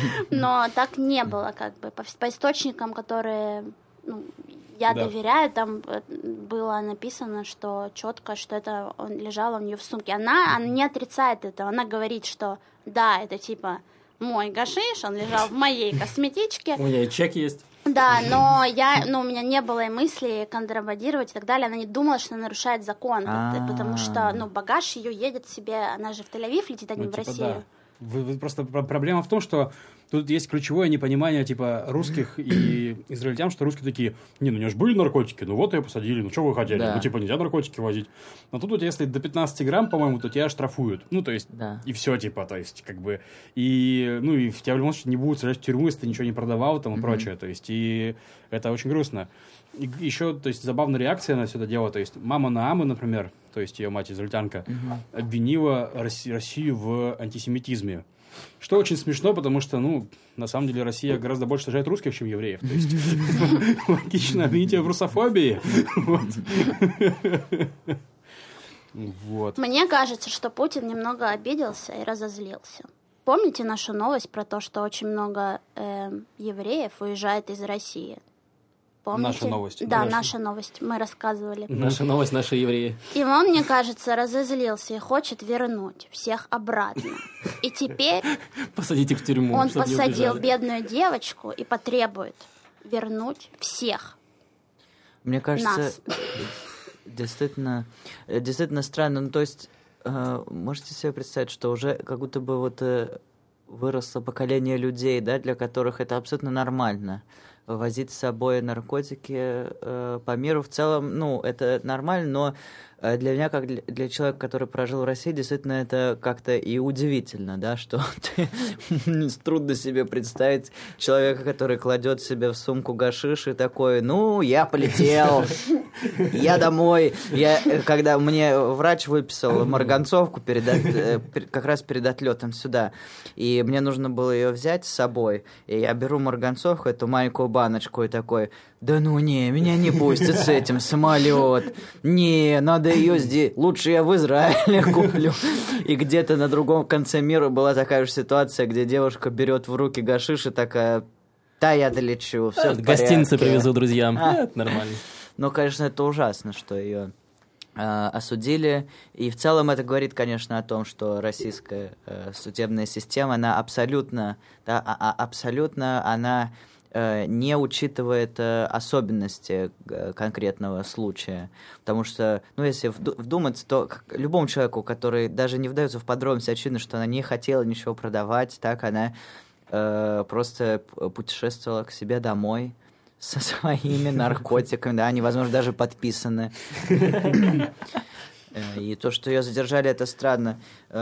S3: Но так не было, как бы, по источникам, которые я доверяю, там было написано, что четко, что это лежало у нее в сумке. Она не отрицает этого, она говорит, что да, это типа мой гашиш, он лежал в моей косметичке.
S1: У меня и чек есть.
S3: Да, но у меня не было и мысли контрабандировать и так далее. Она не думала, что она нарушает закон, потому что, багаж ее едет себе, она же в Тель-Авив летит, а не в Россию.
S2: Да. Просто проблема в том, что тут есть ключевое непонимание, русских и израильтян, что русские такие, у нее же были наркотики, вот ее посадили, что вы хотели, нельзя наркотики возить. Но тут если до 15 грамм, по-моему, то тебя штрафуют, и все, и тебя в любом случае не будут сажать в тюрьму, если ты ничего не продавал, и прочее, и это очень грустно. И еще, забавная реакция на все это дело, мама Наамы, например, ее мать израильтянка, обвинила Россию в антисемитизме. Что очень смешно, потому что, на самом деле, Россия гораздо больше сажает русских, чем евреев. То есть, логично обвинить ее в русофобии. Вот.
S3: Мне кажется, что Путин немного обиделся и разозлился. Помните нашу новость про то, что очень много евреев уезжает из России? Помните?
S2: Наша новость.
S3: Да, наша новость. Мы рассказывали.
S1: Наша новость, наши евреи.
S3: И он, мне кажется, разозлился и хочет вернуть всех обратно. И теперь...
S1: Посадите в тюрьму.
S3: Он посадил бедную девочку и потребует вернуть всех.
S4: Мне кажется,
S3: нас.
S4: действительно странно. Ну, то есть, можете себе представить, что уже как будто бы вот выросло поколение людей, да, для которых это абсолютно нормально. Возить с собой наркотики по миру в целом, ну, это нормально, но для меня, как для человека, который прожил в России, действительно это как-то и удивительно, да, что трудно себе представить человека, который кладет себе в сумку гашиш и такой, ну, я полетел, я домой. Когда мне врач выписал марганцовку как раз перед отлетом сюда, и мне нужно было ее взять с собой, и я беру марганцовку, эту маленькую баночку, и такой, да ну не, меня не пустят с этим самолет. Не, надо ее здесь. Лучше я в Израиле куплю. И где-то на другом конце мира была такая же ситуация, где девушка берет в руки гашиш и такая, да, я долечу, все в порядке.
S1: Гостинцы привезу друзьям. Это нормально.
S4: Ну, конечно, это ужасно, что ее осудили. И в целом это говорит, конечно, о том, что российская судебная система, она абсолютно, она не учитывает особенности конкретного случая. Потому что, ну, если вдуматься, то любому человеку, который даже не вдается в подробности, очевидно, что она не хотела ничего продавать, так она просто путешествовала к себе домой со своими наркотиками, да, они, возможно, даже подписаны. И то, что ее задержали, это странно.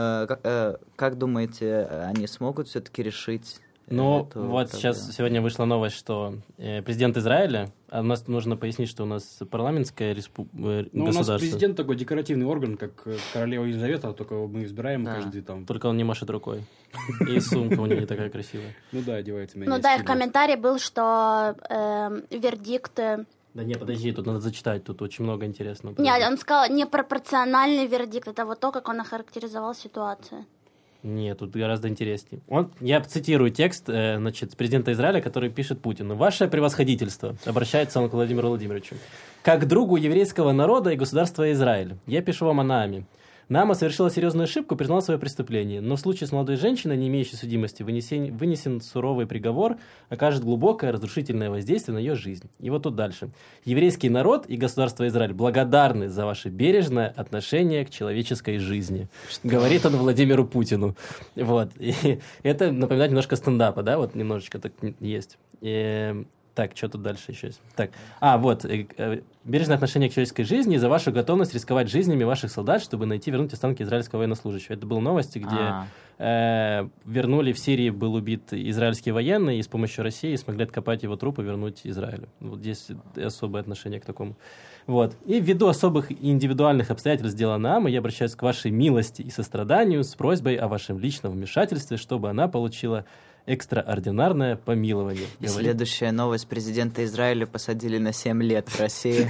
S4: Как думаете, они смогут все-таки решить?
S1: Ну, вот сейчас сегодня вышла новость, что президент Израиля, а у нас нужно пояснить, что у нас парламентское государство.
S2: Ну, у нас президент такой декоративный орган, как королева Елизавета, только мы избираем каждый там.
S1: Только он не машет рукой. И сумка у него не такая красивая.
S2: Ну да, одевается.
S3: Ну да, и в комментарии был, что вердикт...
S1: Да не, подожди, тут надо зачитать, тут очень много интересного.
S3: Нет, он сказал непропорциональный вердикт, это вот то, как он охарактеризовал ситуацию.
S1: Нет, тут гораздо интереснее. Я цитирую текст, значит, президента Израиля, который пишет Путину. «Ваше превосходительство», обращается он к Владимиру Владимировичу, «как другу еврейского народа и государства Израиль, я пишу вам о Нааме. Наама совершила серьезную ошибку, признала свое преступление, но в случае с молодой женщиной, не имеющей судимости, вынесен суровый приговор, окажет глубокое разрушительное воздействие на ее жизнь». И вот тут дальше. «Еврейский народ и государство Израиль благодарны за ваше бережное отношение к человеческой жизни», говорит он Владимиру Путину. Вот. И это напоминает немножко стендапа, да, вот немножечко так есть. Так, что тут дальше еще есть? Так, вот, бережное отношение к человеческой жизни и за вашу готовность рисковать жизнями ваших солдат, чтобы найти и вернуть останки израильского военнослужащего. Это были новости, где вернули, в Сирии был убит израильский военный, и с помощью России смогли откопать его труп и вернуть Израилю. Вот здесь особое отношение к такому. Вот. И ввиду особых индивидуальных обстоятельств дела Наамы, я обращаюсь к вашей милости и состраданию с просьбой о вашем личном вмешательстве, чтобы она получила экстраординарное помилование.
S4: И следующая новость. Президента Израиля посадили на 7 лет в России.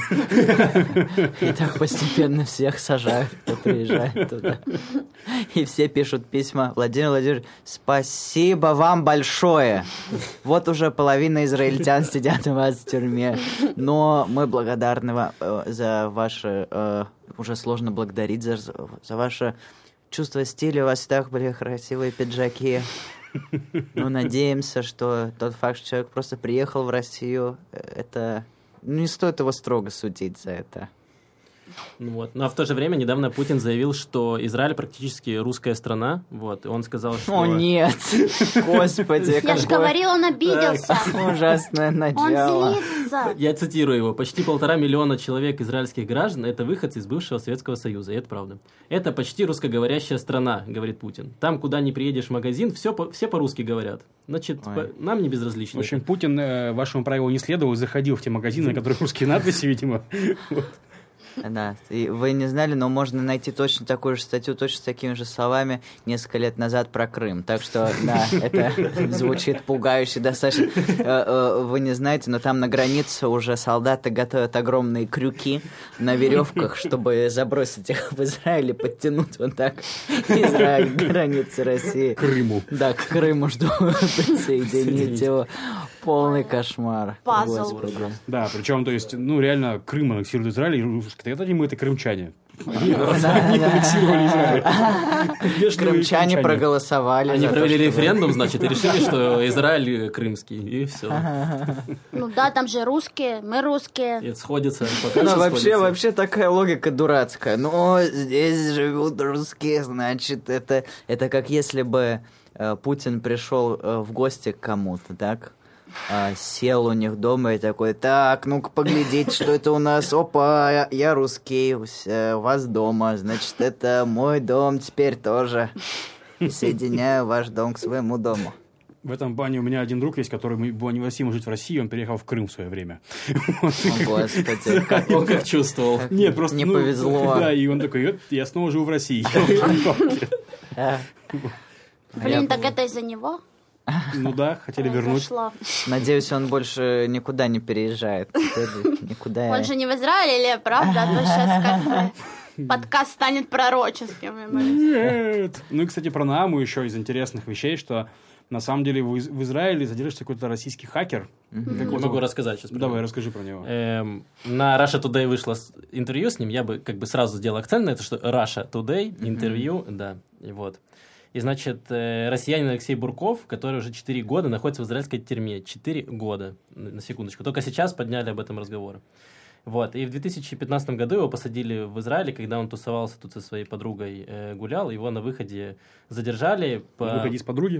S4: И так постепенно всех сажают, кто приезжает туда. И все пишут письма. Владимир Владимирович, спасибо вам большое. Вот уже половина израильтян сидят у вас в тюрьме. Но мы благодарны вам за ваше... Уже сложно благодарить за ваше чувство стиля. У вас всегда были красивые пиджаки. Ну, надеемся, что тот факт, что человек просто приехал в Россию, это... не стоит его строго судить за это.
S1: Вот. Ну, а в то же время недавно Путин заявил, что Израиль практически русская страна. Вот. И он сказал, что...
S4: О, нет! Господи,
S3: я же говорил, он обиделся.
S4: Ужасное начало.
S3: Он злится.
S1: Я цитирую его. «Почти 1,5 миллиона человек израильских граждан – это выходцы из бывшего Советского Союза». И это правда. «Это почти русскоговорящая страна», говорит Путин. «Там, куда не приедешь в магазин, все по-русски говорят. Значит, нам не безразлично».
S2: В общем, Путин вашему правилу не следовал и заходил в те магазины, на которых русские надписи, видимо.
S4: Да, и вы не знали, но можно найти точно такую же статью, точно с такими же словами несколько лет назад про Крым. Так что, да, это звучит пугающе достаточно. Вы не знаете, но там на границе уже солдаты готовят огромные крюки на веревках, чтобы забросить их в Израиль и подтянуть вот так Израиль к границе России.
S2: К Крыму.
S4: Да, к Крыму, чтобы присоединить его. Полный кошмар.
S3: Пазл.
S2: Да, причем, то есть, ну, реально, Крым аннексирует Израиль, и это мы это крымчане. Они аннексировали Израиль.
S4: Крымчане проголосовали.
S1: Они провели референдум, значит, и решили, что Израиль крымский, и все.
S3: Ну да, там же русские, мы русские.
S1: И сходится.
S4: Ну, вообще такая логика дурацкая. Ну, здесь живут русские, значит, это как если бы Путин пришел в гости к кому-то, так? Сел у них дома и такой: так, ну-ка поглядите, что это у нас. Опа, я русский, у вас дома, значит, это мой дом теперь тоже. Соединяю ваш дом к своему дому.
S2: В этом плане у меня один друг есть, который был невыносимо жить в России, он переехал в Крым в свое время.
S4: О, Господи,
S1: как чувствовал.
S2: Нет, просто
S4: не повезло.
S2: Да, и он такой: я снова живу в России.
S3: Блин, так это из-за него?
S2: Ну да, хотели вернуть.
S3: Зашло.
S4: Надеюсь, он больше никуда не переезжает. Никуда.
S3: Он же не в Израиле, правда? А то сейчас как бы подкаст станет пророческим.
S2: Нет. Ну и, кстати, про Нааму еще из интересных вещей, что на самом деле в Израиле задержится какой-то российский хакер.
S1: Могу рассказать сейчас.
S2: Давай, расскажи про него.
S1: На Russia Today вышло интервью с ним. Я бы как бы сразу сделал акцент на это, что Russia Today, интервью, да, и вот. И, значит, россиянин Алексей Бурков, который уже 4 года находится в израильской тюрьме. 4 года, на секундочку. Только сейчас подняли об этом разговор. Вот. И в 2015 году его посадили в Израиле, когда он тусовался тут со своей подругой, гулял. Его на выходе задержали.
S2: На выходе из подруги?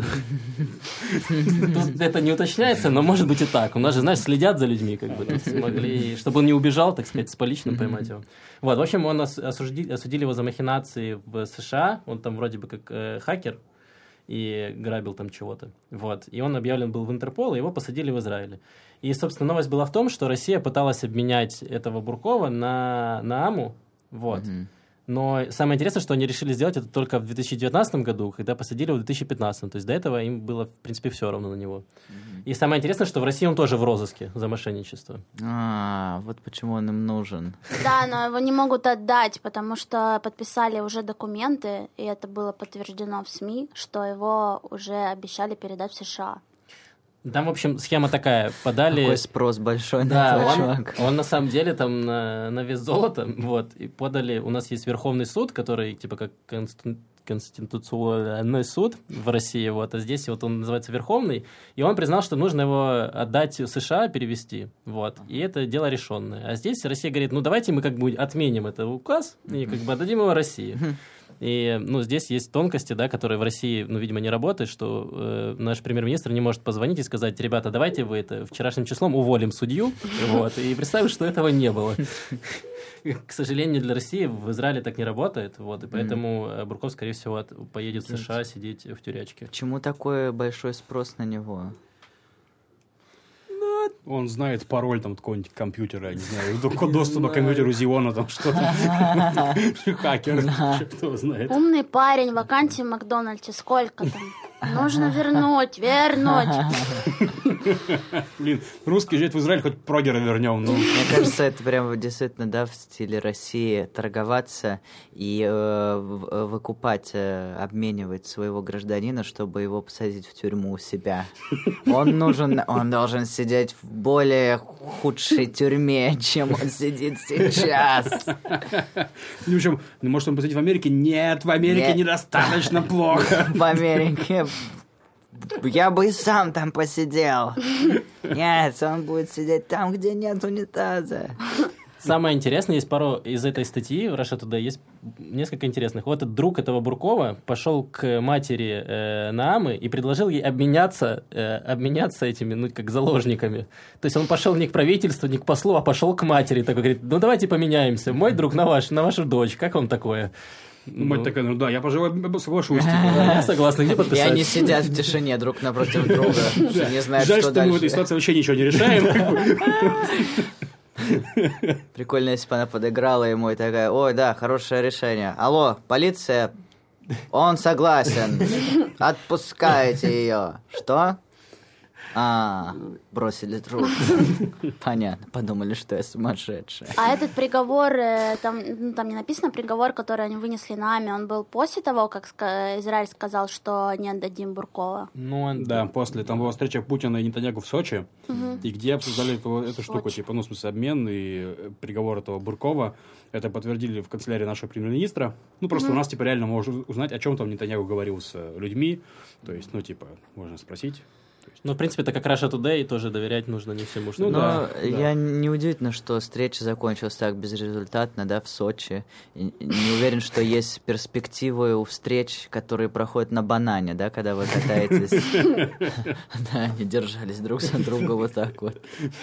S1: Тут это не уточняется, но может быть и так. У нас же, знаешь, следят за людьми, как бы. Смогли, чтобы он не убежал, так сказать, с поличным поймать его. Вот, в общем, он осудили его за махинации в США. Он там вроде бы как хакер и грабил там чего-то. Вот. И он объявлен был в Интерпол, и его посадили в Израиле. И, собственно, новость была в том, что Россия пыталась обменять этого Буркова на Нааму. Вот. Но самое интересное, что они решили сделать это только в 2019 году, когда посадили его в 2015. То есть до этого им было, в принципе, все равно на него. И самое интересное, что в России он тоже в розыске за мошенничество.
S4: Вот почему он им нужен.
S3: Да, но его не могут отдать, потому что подписали уже документы, и это было подтверждено в СМИ, что его уже обещали передать в США.
S1: Там, в общем, схема такая. Подали...
S4: Какой спрос большой на этого чувака.
S1: Он на самом деле там на вес золота. Вот. И подали... У нас есть Верховный суд, который типа как конституционный суд в России. Вот. А здесь вот он называется Верховный. И он признал, что нужно его отдать в США, перевести. Вот. И это дело решенное. А здесь Россия говорит: ну давайте мы как бы отменим этот указ и как бы отдадим его России. И, ну, здесь есть тонкости, да, которые в России, ну, видимо, не работают, что наш премьер-министр не может позвонить и сказать: ребята, давайте вы вчерашним числом уволим судью, вот, и представим, что этого не было. К сожалению, для России в Израиле так не работает, вот, и поэтому Бурков, скорее всего, поедет в США сидеть в тюрячке.
S4: Почему такой большой спрос на него?
S2: Он знает пароль там какого-нибудь компьютера, я не знаю, доступа к компьютеру Зиона, там что-то. Хакер, кто знает.
S3: Умный парень, вакансий в Макдональдсе сколько там? Нужно вернуть.
S2: Блин, русский живет в Израиле, хоть прогера вернем. Ну.
S4: Мне кажется, это прям действительно, да, в стиле России торговаться и выкупать, обменивать своего гражданина, чтобы его посадить в тюрьму у себя. Он должен сидеть в более худшей тюрьме, чем он сидит сейчас.
S2: В общем, может он посидеть в Америке? Нет, в Америке недостаточно плохо.
S4: В Америке я бы и сам там посидел. Нет, он будет сидеть там, где нет унитаза.
S1: Самое интересное, есть пару из этой статьи в Russia Today, есть несколько интересных. Вот этот друг этого Буркова пошел к матери Наамы и предложил ей обменяться этими, ну, как заложниками. То есть он пошел не к правительству, не к послу, а пошел к матери. Такой говорит: ну, давайте поменяемся. Мой друг на вашу дочь. Как вам такое?
S2: Мать такая: ну да, я, пожалуй, соглашусь.
S1: Я согласна, где подписать?
S4: И они сидят в тишине друг напротив друга, не знают,
S2: жаль,
S4: что
S2: что мы в
S4: дальше.
S2: этой ситуации вообще ничего не решаем.
S4: Прикольно, если бы она подыграла ему и такая: ой, да, хорошее решение. Алло, полиция, он согласен. Отпускайте ее. Что? Бросили трубку. Понятно, подумали, что я сумасшедшая.
S3: А этот приговор, там не написано приговор, который они вынесли на Ами, он был после того, как Израиль сказал, что не отдадим Буркова?
S2: Да, после. Там была встреча Путина и Нетаньяху в Сочи, и где обсуждали эту штуку, типа, в смысле, обмен и приговор этого Буркова. Это подтвердили в канцелярии нашего премьер-министра. Просто у нас, типа, реально можно узнать, о чем там Нетаньяху говорил с людьми. То есть, можно спросить.
S1: В принципе, это как Russia Today, тоже доверять нужно не всему, что...
S4: Я не удивительно, что встреча закончилась так безрезультатно, да, в Сочи. И не уверен, что есть перспективы у встреч, которые проходят на банане, да, когда вы катаетесь. Да, они держались друг за друга вот так вот.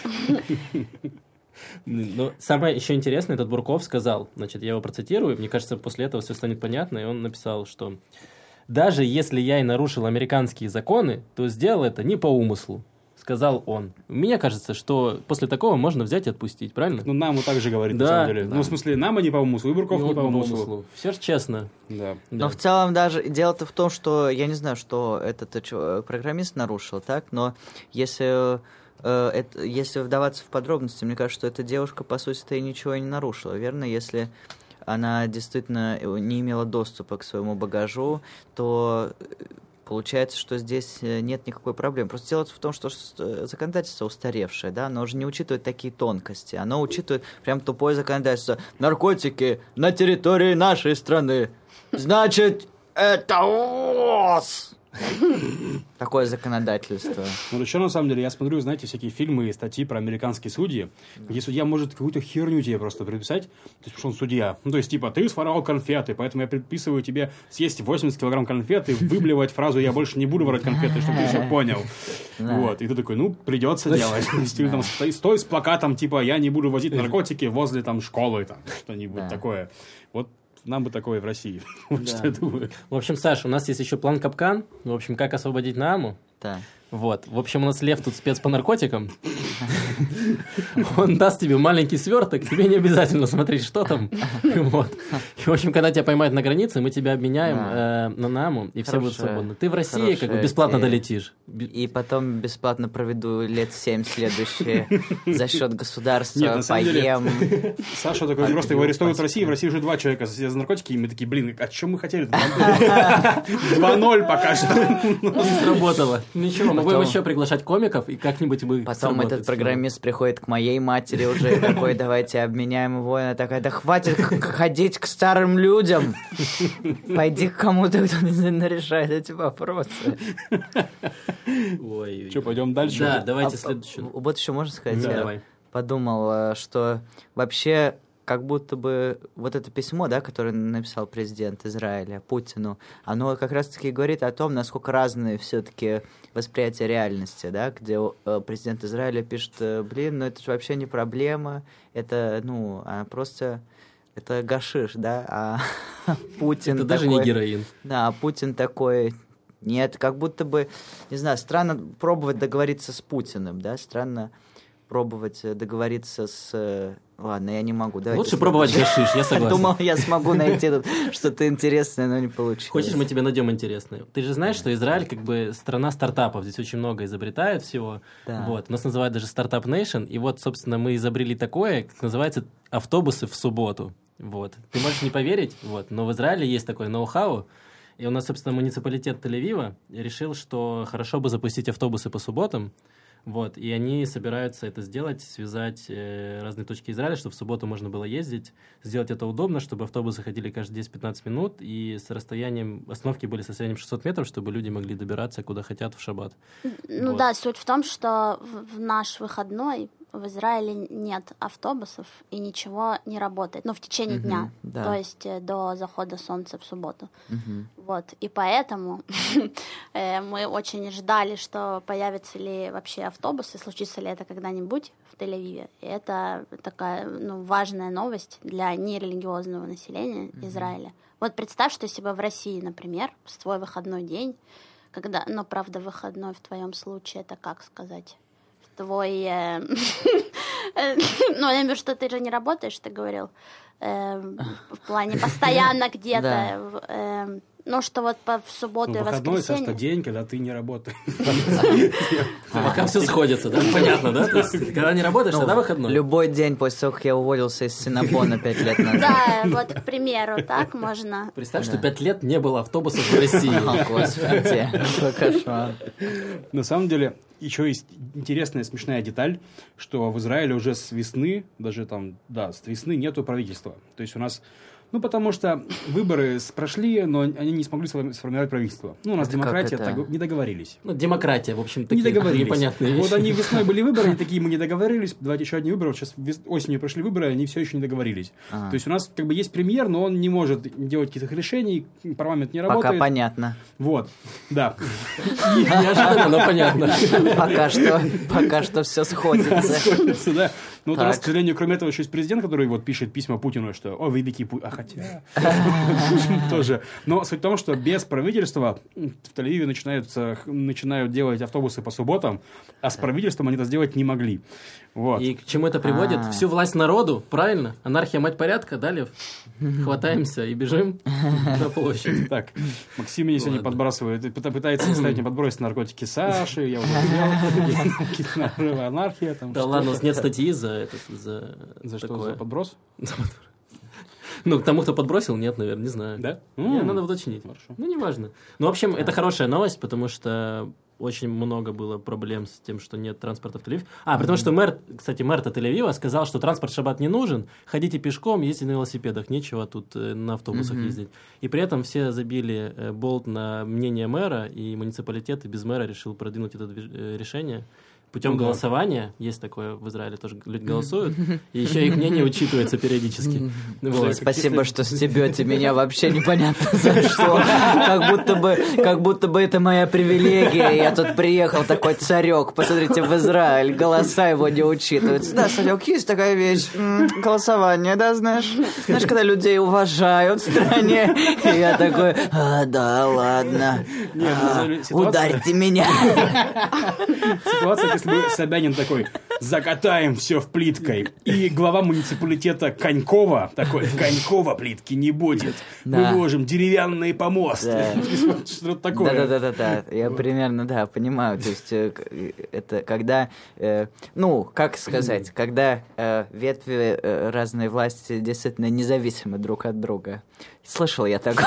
S1: Но самое еще интересное, этот Бурков сказал, я его процитирую, мне кажется, после этого все станет понятно, и он написал, что «Даже если я и нарушил американские законы, то сделал это не по умыслу», сказал он. Мне кажется, что после такого можно взять и отпустить, правильно?
S2: Нам он так же говорит,
S1: да,
S2: на самом деле.
S1: Да.
S2: В смысле, нам не по умыслу, и Бурков не по умыслу.
S1: Все же честно.
S2: Да.
S4: Но в целом даже дело-то в том, что я не знаю, что этот программист нарушил, так, но если вдаваться в подробности, мне кажется, что эта девушка, по сути-то, и ничего и не нарушила, верно? Если она действительно не имела доступа к своему багажу, то получается, что здесь нет никакой проблемы. Просто дело в том, что законодательство устаревшее, да, оно уже не учитывает такие тонкости, оно учитывает прям тупое законодательство. Наркотики на территории нашей страны, значит, это ОС! Такое законодательство.
S2: Еще, на самом деле, я смотрю, знаете, всякие фильмы и статьи про американские судьи, где судья может какую-то херню тебе просто приписать, то есть, потому что он судья. Ты своровал конфеты, поэтому я предписываю тебе съесть 80 килограмм конфет и выблевать фразу «я больше не буду воровать конфеты», чтобы ты все понял. Вот. И ты такой, придется делать. Стой с плакатом, типа «я не буду возить наркотики возле школы», что-нибудь такое. Вот нам бы такое в России. Что я думаю.
S1: В общем, Саша, у нас есть еще план Капкан. В общем, как освободить Нааму.
S4: Да.
S1: Вот. В общем, у нас Лев тут спец по наркотикам. Он даст тебе маленький сверток, тебе не обязательно смотреть, что там. Вот. И, в общем, когда тебя поймают на границе, мы тебя обменяем на Нааму, и все будут свободны. Ты в России бесплатно долетишь.
S4: И потом бесплатно проведу лет 7 следующие за счет государства, поем.
S2: Саша такой, просто его арестуют в России, в России уже 2 человека за наркотики, и мы такие, а что мы хотели? 2-0 пока что.
S1: Не сработало. Ничего, мы будем еще приглашать комиков, и как-нибудь мы...
S4: Потом этот программист приходит к моей матери уже такой, давайте обменяем его. Она такая, да хватит ходить к старым людям. Пойди к кому-то, кто решает эти вопросы.
S1: Ой.
S2: Что, пойдем дальше?
S1: Да, давайте следующую.
S4: Вот еще можно сказать?
S1: Да,
S4: я
S1: давай.
S4: Подумал, что вообще как будто бы вот это письмо, да, которое написал президент Израиля Путину, оно как раз-таки говорит о том, насколько разные все-таки восприятия реальности, да, где президент Израиля пишет, это же вообще не проблема, это, просто это гашиш, да, а Путин
S1: это даже не героин.
S4: Да, а Путин такой... Нет, как будто бы, не знаю, странно пробовать договориться с Путиным, да, странно пробовать договориться с... Ладно, я не могу.
S1: Лучше пробовать гашиш, я согласен.
S4: Думал, я смогу найти тут что-то интересное, но не получилось.
S1: Хочешь, мы тебе найдем интересное? Ты же знаешь, что Израиль страна стартапов. Здесь очень много изобретают всего.
S4: Да.
S1: Вот. Нас называют даже Startup Nation. И вот, собственно, мы изобрели такое, как называется автобусы в субботу. Вот. Ты можешь не поверить, но в Израиле есть такое ноу-хау. И у нас, собственно, муниципалитет Тель-Авива решил, что хорошо бы запустить автобусы по субботам. Вот, и они собираются это сделать, связать разные точки Израиля, чтобы в субботу можно было ездить, сделать это удобно, чтобы автобусы ходили каждые 10-15 минут, и с расстоянием, остановки были с расстоянием 600 метров, чтобы люди могли добираться куда хотят в шаббат.
S3: Вот. Да, суть в том, что в наш выходной в Израиле нет автобусов и ничего не работает, в течение дня,
S4: да.
S3: То есть до захода солнца в субботу. Вот, и поэтому мы очень ждали, что появятся ли вообще автобусы, случится ли это когда-нибудь в Тель-Авиве. И это такая важная новость для нерелигиозного населения Израиля. Вот представь, что если бы в России, например, в твой выходной день, когда, правда, выходной в твоем случае, это как сказать... Твой... я имею в виду, что ты же не работаешь, ты говорил, в плане постоянно где-то. Ну, что вот в субботу и
S2: выходной,
S3: воскресенье.
S2: это день, когда ты не работаешь.
S1: Пока все сходится, да? Понятно, да? То есть, когда не работаешь, тогда выходной.
S4: Любой день после того, как я уволился из Синабона 5 лет назад.
S3: Да, вот, к примеру, так можно.
S1: Представь, что 5 лет не было автобусов в России.
S4: О, Господи, какой кошмар.
S2: На самом деле, еще есть интересная смешная деталь, что в Израиле уже с весны, даже там, да, с весны нету правительства. То есть у нас... Ну, потому что выборы прошли, но они не смогли сформировать правительство. Ну, у нас демократия, не договорились.
S1: Ну, демократия, в общем, такие
S2: не договорились.
S1: Непонятные вещи.
S2: Вот они весной были выборы, они такие, мы не договорились, давайте еще одни выборы. Вот сейчас осенью прошли выборы, они все еще не договорились. То есть у нас как бы есть премьер, но он не может делать каких-то решений, парламент не работает.
S4: Пока понятно.
S2: Вот, да.
S1: Неожиданно, но понятно.
S4: Пока что все сходится.
S2: Сходится, да. Но вот у нас, к сожалению, кроме этого, еще есть президент, который вот пишет письма Путину, что «О, вы такие хотя...» Тоже. Но суть в том, что без правительства в Тель-Авиве начинают делать автобусы по субботам, а с правительством они это сделать не могли. Вот.
S1: И к чему это приводит? Всю власть народу, правильно? Анархия, мать порядка, да, Лев? Хватаемся и бежим на площадь.
S2: Так, Максим меня сегодня подбрасывает, пытается заставить меня подбросить наркотики Саши, я уже сделал, анархия.
S1: Да ладно, у нас нет статьи за
S2: что, за подброс?
S1: Ну, к тому, кто подбросил, нет, наверное, не знаю.
S2: Да?
S1: Надо уточнить. Хорошо. Ну, неважно. Ну, в общем, это хорошая новость, потому что очень много было проблем с тем, что нет транспорта в Тель-Авив. Потому что мэр Тель-Авива сказал, что транспорт в шаббат не нужен, ходите пешком, ездите на велосипедах, нечего тут на автобусах ездить. И при этом все забили болт на мнение мэра, и муниципалитет без мэра решил продвинуть это решение путем голосования. Есть такое в Израиле, тоже люди голосуют, и еще их мнение учитывается периодически.
S4: Спасибо, что стебете меня, вообще непонятно за что. Как будто бы это моя привилегия. Я тут приехал такой царек, посмотрите, в Израиль, голоса его не учитываются. Да, Санек, есть такая вещь, голосование, да, знаешь? Знаешь, когда людей уважают в стране, и я такой, да, ладно, ударьте меня.
S2: Ситуация, если бы Собянин такой, закатаем все в плиткой. И глава муниципалитета Конькова такой, Конькова плитки не будет. Мы выложим деревянные помосты. Что-то такое.
S4: Да. Я примерно, понимаю. То есть, это когда, как сказать, когда ветви разной власти действительно независимы друг от друга. Слышал я такое.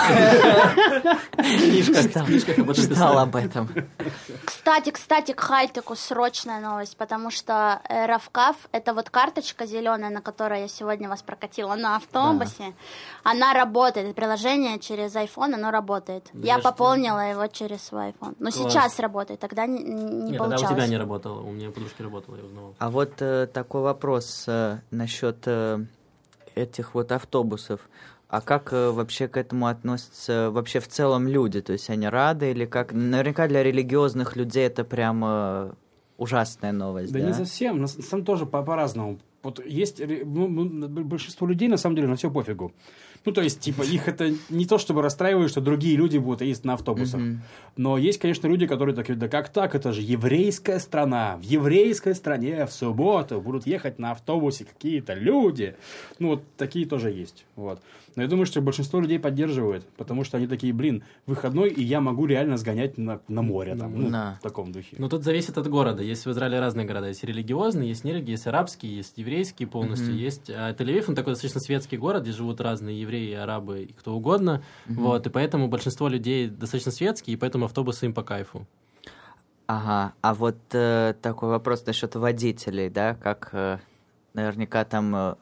S4: Читал об этом.
S3: Кстати, к хай-теку срочная новость, потому что Равкаф, это вот карточка зеленая, на которой я сегодня вас прокатила на автобусе, она работает, приложение через iPhone, оно работает. Я пополнила его через свой iPhone. Но сейчас работает, тогда не получалось.
S1: Тогда у тебя не работало, у меня подружки работало, я узнавал.
S4: А вот такой вопрос насчет этих вот автобусов. А как вообще к этому относятся вообще в целом люди? То есть они рады или как? Наверняка для религиозных людей это прям ужасная новость, да?
S2: Да не совсем, там тоже по-разному. Вот есть большинство людей, на самом деле, на все пофигу. Ну, то есть, типа, их это не то, чтобы расстраивает, что другие люди будут ездить на автобусах. Но есть, конечно, люди, которые такие, да как так, это же еврейская страна. В еврейской стране в субботу будут ехать на автобусе какие-то люди. Ну, вот такие тоже есть. Вот. Но я думаю, что большинство людей поддерживают, потому что они такие, выходной, и я могу реально сгонять на море, там, в таком духе.
S1: Ну, тут зависит от города. Есть в Израиле разные города. Есть религиозные, есть нерелигиозные, есть арабские, есть еврейские полностью. Есть Тель-Авив, он такой достаточно светский город, где живут разные евреи, арабы и кто угодно. Вот, и поэтому большинство людей достаточно светские, и поэтому автобусы им по кайфу.
S4: Ага, а вот такой вопрос насчет водителей, да, как наверняка там...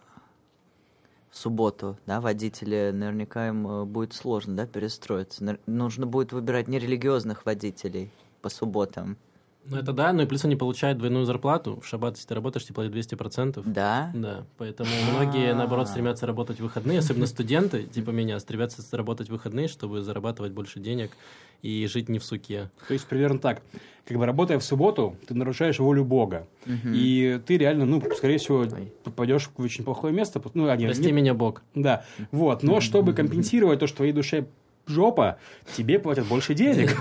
S4: В субботу, да, водители, наверняка им будет сложно, да, перестроиться. Нужно будет выбирать нерелигиозных водителей по субботам.
S1: Ну, это да, но и плюс они получают двойную зарплату. В шаббат, если ты работаешь, тебе платят 200%.
S4: Да?
S1: Да, поэтому многие, наоборот, стремятся работать в выходные, особенно студенты, типа меня, стремятся работать в выходные, чтобы зарабатывать больше денег и жить не в суке.
S2: То есть, примерно так. Как бы работая в субботу, ты нарушаешь волю Бога. И ты реально, скорее всего, попадешь в очень плохое место.
S1: Прости меня, Бог.
S2: Да, вот. Но чтобы компенсировать то, что твоей душе жопа, тебе платят больше денег.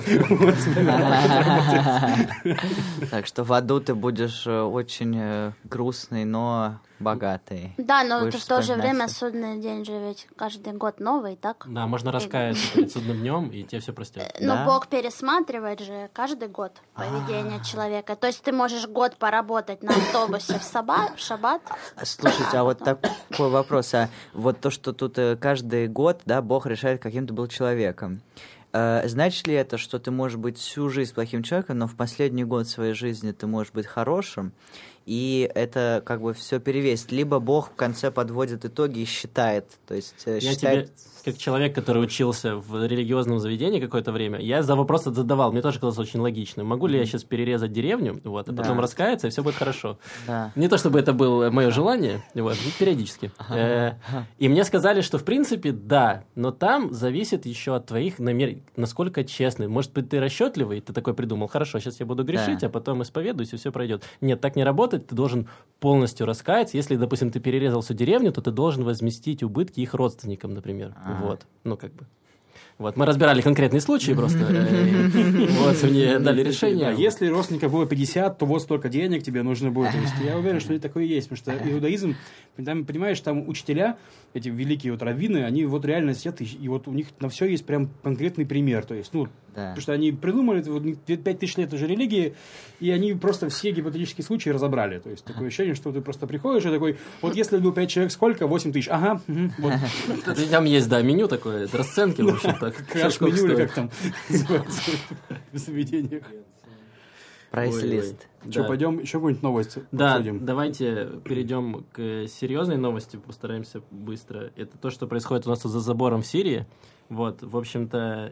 S4: Так что в аду ты будешь очень грустный, но богатый.
S3: Да, но в то же время судный день же ведь каждый год новый, так?
S1: Да, можно раскаяться перед судным днем, и тебе все простят.
S3: Но Бог пересматривает же каждый год поведение человека. То есть ты можешь год поработать на автобусе в шаббат.
S4: Слушайте, а вот такой вопрос. А вот то, что тут каждый год, да, Бог решает, каким ты был человеком. Значит ли это, что ты можешь быть всю жизнь плохим человеком, но в последний год своей жизни ты можешь быть хорошим, и это как бы все перевесит? Либо Бог в конце подводит итоги и считает, то есть считает...
S1: Как человек, который учился в религиозном заведении какое-то время, я за вопрос задавал, мне тоже казалось очень логично. Могу ли я сейчас перерезать деревню, вот, а потом раскаяться, и все будет хорошо.
S4: Да.
S1: Не то, чтобы это было мое желание, вот, периодически. И мне сказали, что в принципе да, но там зависит еще от твоих намерений, насколько честный. Может быть, ты расчетливый, ты такой придумал, хорошо, сейчас я буду грешить, а потом исповедуюсь, и все пройдет. Нет, так не работает, ты должен полностью раскаяться. Если, допустим, ты перерезал всю деревню, то ты должен возместить убытки их родственникам, например. Вот, ну как бы. Вот, мы разбирали конкретные случаи просто. Вот, мне дали решение.
S2: Если родственников было 50, то вот столько денег тебе нужно будет. Я уверен, что это такое есть, потому что иудаизм, там, понимаешь, там учителя, эти великие вот раввины, они вот реально сидят, и вот у них на все есть прям конкретный пример. То есть, ну, потому что они придумали, вот 5000 лет уже религии, и они просто все гипотетические случаи разобрали. То есть, такое ощущение, что ты просто приходишь и такой, вот если был 5 человек, сколько? 8000. Ага.
S1: Там есть, да, меню такое, расценки, в общем.
S2: Краш-меню или как там называется в заведениях.
S4: Прайс-лист.
S2: Что, пойдем еще какую-нибудь новость обсудим?
S1: Да, давайте перейдем к серьезной новости, постараемся быстро. Это то, что происходит у нас за забором в Сирии. Вот, в общем-то,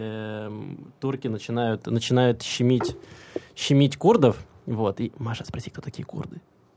S1: турки начинают щемить курдов. Вот, и Маша, спроси, кто такие курды?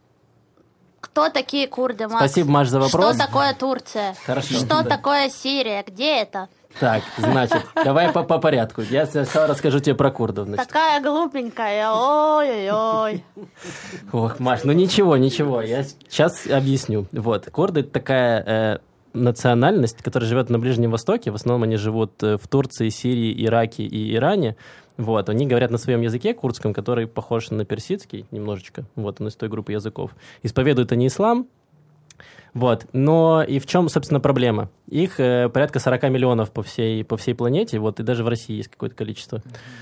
S3: Кто такие курды, Макс?
S1: Спасибо, Маш, за вопрос.
S3: Что такое Турция?
S1: Хорошо.
S3: Что такое Сирия? Где это?
S1: Так, значит, давай по порядку. Я сначала расскажу тебе про курдов. Значит.
S3: Такая глупенькая, ой-ой-ой.
S1: Ох, Маш, ну ничего, я сейчас объясню. Вот, курды — это такая национальность, которая живет на Ближнем Востоке. В основном они живут в Турции, Сирии, Ираке и Иране. Вот, они говорят на своем языке курдском, который похож на персидский немножечко. Вот, он из той группы языков. Исповедуют они ислам. Вот, но и в чем, собственно, проблема? Их порядка 40 миллионов по всей планете, вот, и даже в России есть какое-то количество.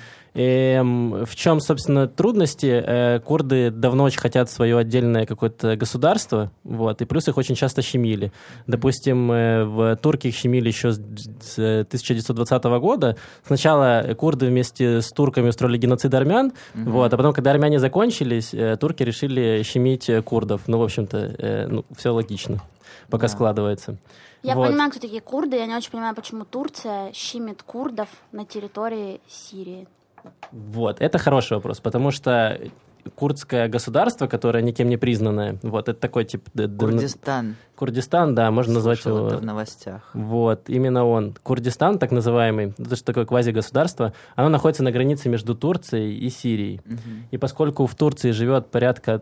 S1: В чем, собственно, трудности? Курды давно очень хотят свое отдельное какое-то государство, вот, и плюс их очень часто щемили. Допустим, в Турке их щемили еще с 1920 года. Сначала курды вместе с турками устроили геноцид армян, вот, а потом, когда армяне закончились, турки решили щемить курдов. Ну, в общем-то, все логично, пока складывается.
S3: Я понимаю, кто такие курды, я не очень понимаю, почему Турция щемит курдов на территории Сирии.
S1: Вот, это хороший вопрос, потому что курдское государство, которое никем не признанное, вот, это такой тип...
S4: Курдистан.
S1: Курдистан, да, можно назвать его...
S4: это в новостях.
S1: Вот, именно он. Курдистан, так называемый, это что такое квазигосударство, оно находится на границе между Турцией и Сирией. И поскольку в Турции живет порядка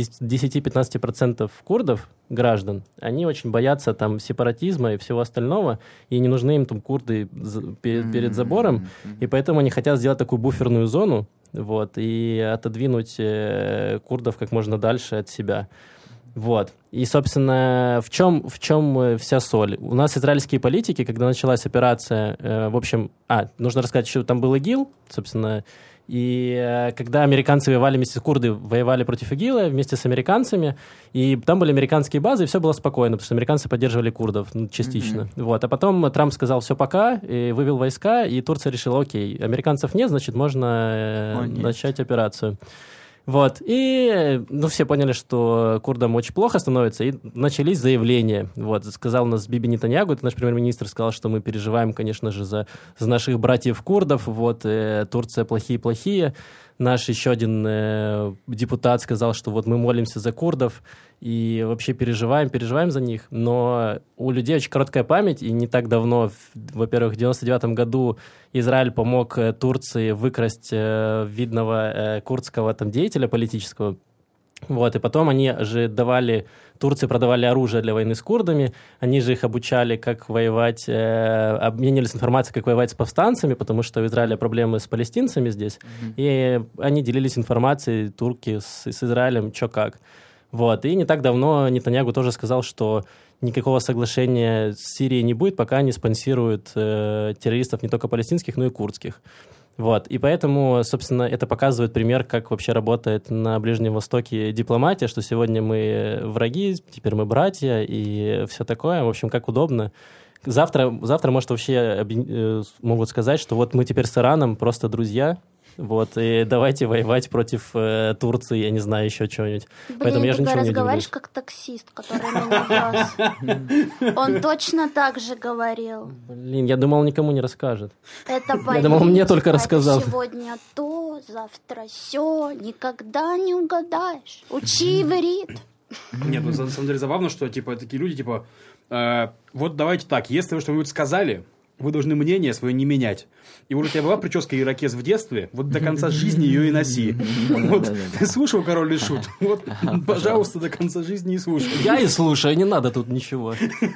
S1: 10-15% курдов, граждан, они очень боятся там сепаратизма и всего остального, и не нужны им там курды перед забором, и поэтому они хотят сделать такую буферную зону, вот, и отодвинуть курдов как можно дальше от себя. Вот. И, собственно, в чем вся соль? У нас израильские политики, когда началась операция, в общем... нужно рассказать, что там был ИГИЛ, собственно, и когда американцы воевали вместе с курды, воевали против ИГИЛа вместе с американцами, и там были американские базы, и все было спокойно, потому что американцы поддерживали курдов частично. Вот. А потом Трамп сказал «все, пока», и вывел войска, и Турция решила «окей, американцев нет, значит, можно начать операцию». Вот, и, все поняли, что курдам очень плохо становится, и начались заявления. Вот, сказал у нас Биби Нетаньягу, это наш премьер-министр, сказал, что мы переживаем, конечно же, за наших братьев-курдов, вот, Турция плохие-плохие. Наш еще один депутат сказал, что вот мы молимся за курдов и вообще переживаем за них, но у людей очень короткая память, и не так давно, во-первых, в 99 году Израиль помог Турции выкрасть видного курдского там деятеля политического. Вот, и потом они же Турции продавали оружие для войны с курдами, они же их обучали, как воевать, обменивались информацией, как воевать с повстанцами, потому что в Израиле проблемы с палестинцами здесь, и они делились информацией, турки, с Израилем, что как. Вот. И не так давно Нетаньяху тоже сказал, что никакого соглашения с Сирией не будет, пока не спонсируют террористов не только палестинских, но и курдских. Вот. И поэтому, собственно, это показывает пример, как вообще работает на Ближнем Востоке дипломатия, что сегодня мы враги, теперь мы братья и все такое. В общем, как удобно. Завтра может, вообще могут сказать, что вот мы теперь с Ираном просто друзья, вот, и давайте воевать против Турции, я не знаю, еще чего-нибудь.
S3: Поэтому я же ничего не разговариваешь как таксист, который меня вез. Он точно так же говорил.
S1: Блин, я думал, никому не расскажет.
S3: Это политика.
S1: Я думал, мне только рассказал.
S3: Сегодня то, завтра сё, никогда не угадаешь. Учи иврит.
S2: Нет, ну, на самом деле забавно, что, типа, такие люди, типа, вот давайте так, если вы что-нибудь сказали, вы должны мнение свое не менять. И вот у тебя была прическа ирокез в детстве, вот до конца жизни ее и носи. Вот ты слушал «Король и Шут», вот, пожалуйста, до конца жизни и слушай.
S1: Я и слушаю, не надо тут ничего.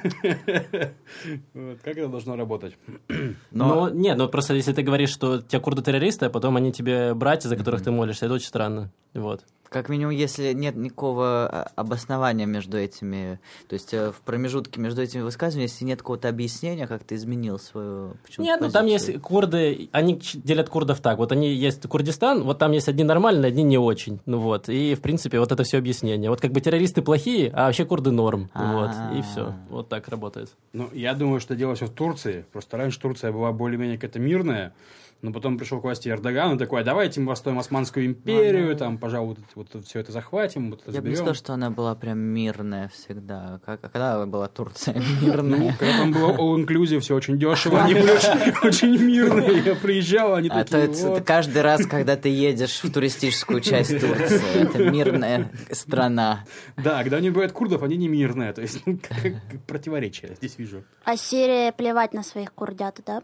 S2: Как это должно работать?
S1: Ну, нет, ну просто если ты говоришь, что тебя курды террористы, а потом они тебе братья, за которых ты молишься, это очень странно. Вот.
S4: Как минимум, если нет никакого обоснования между этими, то есть в промежутке между этими высказываниями, если нет какого-то объяснения, как ты изменил свою
S1: Нет, ну там есть курды, они делят курдов так, вот они есть Курдистан, вот там есть одни нормальные, одни не очень, ну вот, и в принципе вот это все объяснение. Вот как бы террористы плохие, а вообще курды норм, вот, и все, вот так работает.
S2: Ну, я думаю, что дело все в Турции, просто раньше Турция была более-менее какая-то мирная, но потом пришел к власти Эрдоган и такой, давайте мы восстановим Османскую империю, там, пожалуй, вот все это захватим, вот это
S4: Я
S2: заберем.
S4: бы не сказал, что она была прям мирная всегда. Когда была Турция мирная?
S2: Ну, когда там было all-inclusive, все очень дешево, они были очень мирные, я приезжал, они такие,
S4: это каждый раз, когда ты едешь в туристическую часть Турции, это мирная страна.
S2: Да, когда они бывают курдов, они не мирные, то есть противоречие здесь вижу.
S3: А Сирия плевать на своих курдят, да?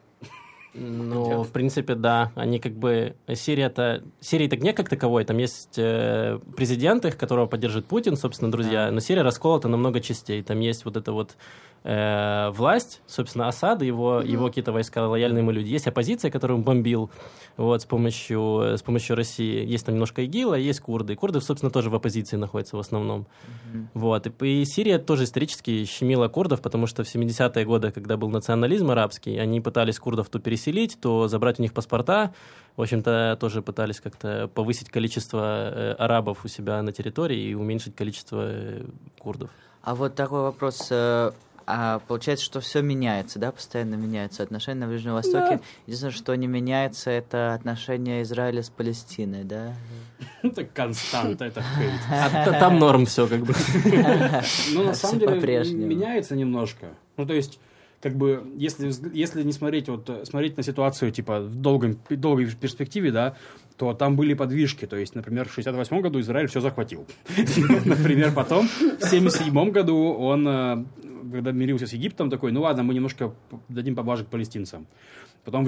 S1: Ну, в принципе, да. Они как бы... Сирии-то нет как таковой. Там есть президент их, которого поддержит Путин, собственно, друзья. Но Сирия расколота на много частей. Там есть вот эта вот власть, собственно, Асад, его какие-то войска, лояльные ему люди. Есть оппозиция, которую он бомбил вот, с помощью России. Есть там немножко ИГИЛа, есть курды. И курды, собственно, тоже в оппозиции находятся в основном. Вот. И Сирия тоже исторически щемила курдов, потому что в 70-е годы, когда был национализм арабский, они пытались курдов то переселить, то забрать у них паспорта. В общем-то, тоже пытались как-то повысить количество арабов у себя на территории и уменьшить количество курдов.
S4: А вот такой вопрос... получается, что все меняется, да, постоянно меняются отношения на Ближнем Востоке. Да. Единственное, что не меняется, это отношения Израиля с Палестиной, да?
S2: Это константа, это хейт.
S1: Там норм все как бы.
S2: Ну, на самом деле, меняется немножко. Ну, то есть, как бы, если не смотреть, смотреть на ситуацию, типа, в долгой перспективе, да, то там были подвижки. То есть, например, в 1968 году Израиль все захватил. Например, потом, в 1977 году он... когда мирился с Египтом, такой, ну ладно, мы немножко дадим поблажек палестинцам. Потом в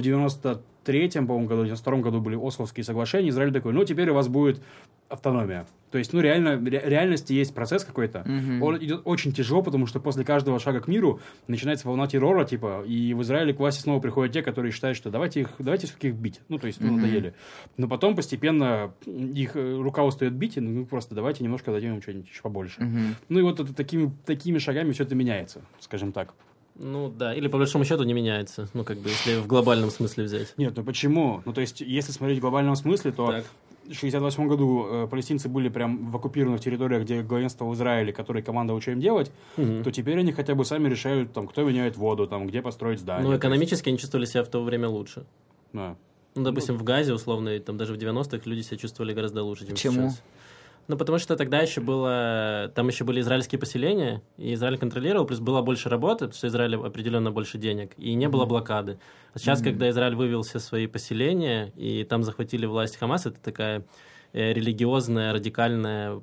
S2: 93-м, по-моему, году, в 92-м году были Ословские соглашения, Израиль такой, ну теперь у вас будет автономия. То есть, ну реально, в реальности есть процесс какой-то. Он идет очень тяжело, потому что после каждого шага к миру начинается волна террора, типа, и в Израиле к власти снова приходят те, которые считают, что давайте все-таки их бить. Ну, то есть, надоели. Но потом постепенно их рука устает бить, и ну просто давайте немножко дадим им что-нибудь еще побольше. Ну и вот это, такими шагами все это меняется, скажем так.
S1: Ну да, или по большому счету не меняется, ну как бы если в глобальном смысле взять.
S2: Нет, ну почему? Ну то есть, если смотреть в глобальном смысле, то в 1968 году палестинцы были прям в оккупированных территориях, где главенствовал Израиль, который командовал, что им делать, то теперь они хотя бы сами решают, там, кто меняет воду, там, где построить здание.
S1: Ну экономически они чувствовали себя в то время лучше.
S2: Да.
S1: Ну, допустим, в Газе, условно, там даже в 90-х люди себя чувствовали гораздо лучше, чем
S4: Почему?
S1: сейчас. Ну, потому что тогда еще там еще были израильские поселения, и Израиль контролировал, плюс было больше работы, потому что Израиль определенно больше денег, и не было блокады. А сейчас, когда Израиль вывел все свои поселения, и там захватили власть Хамас, это такая религиозная, радикальная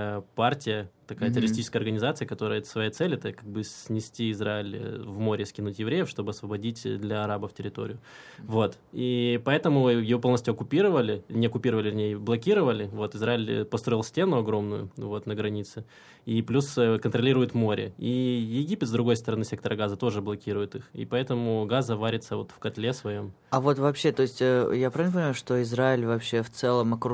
S1: партия, такая террористическая организация, которая своя цель — это как бы снести Израиль в море, скинуть евреев, чтобы освободить для арабов территорию. Вот. И поэтому ее полностью оккупировали, не оккупировали, вернее, блокировали. Вот. Израиль построил стену огромную вот, на границе, и плюс контролирует море. И Египет, с другой стороны сектора Газа, тоже блокирует их. И поэтому Газа варится вот в котле своем.
S4: А вот вообще, то есть я правильно понимаю, что Израиль вообще в целом окружен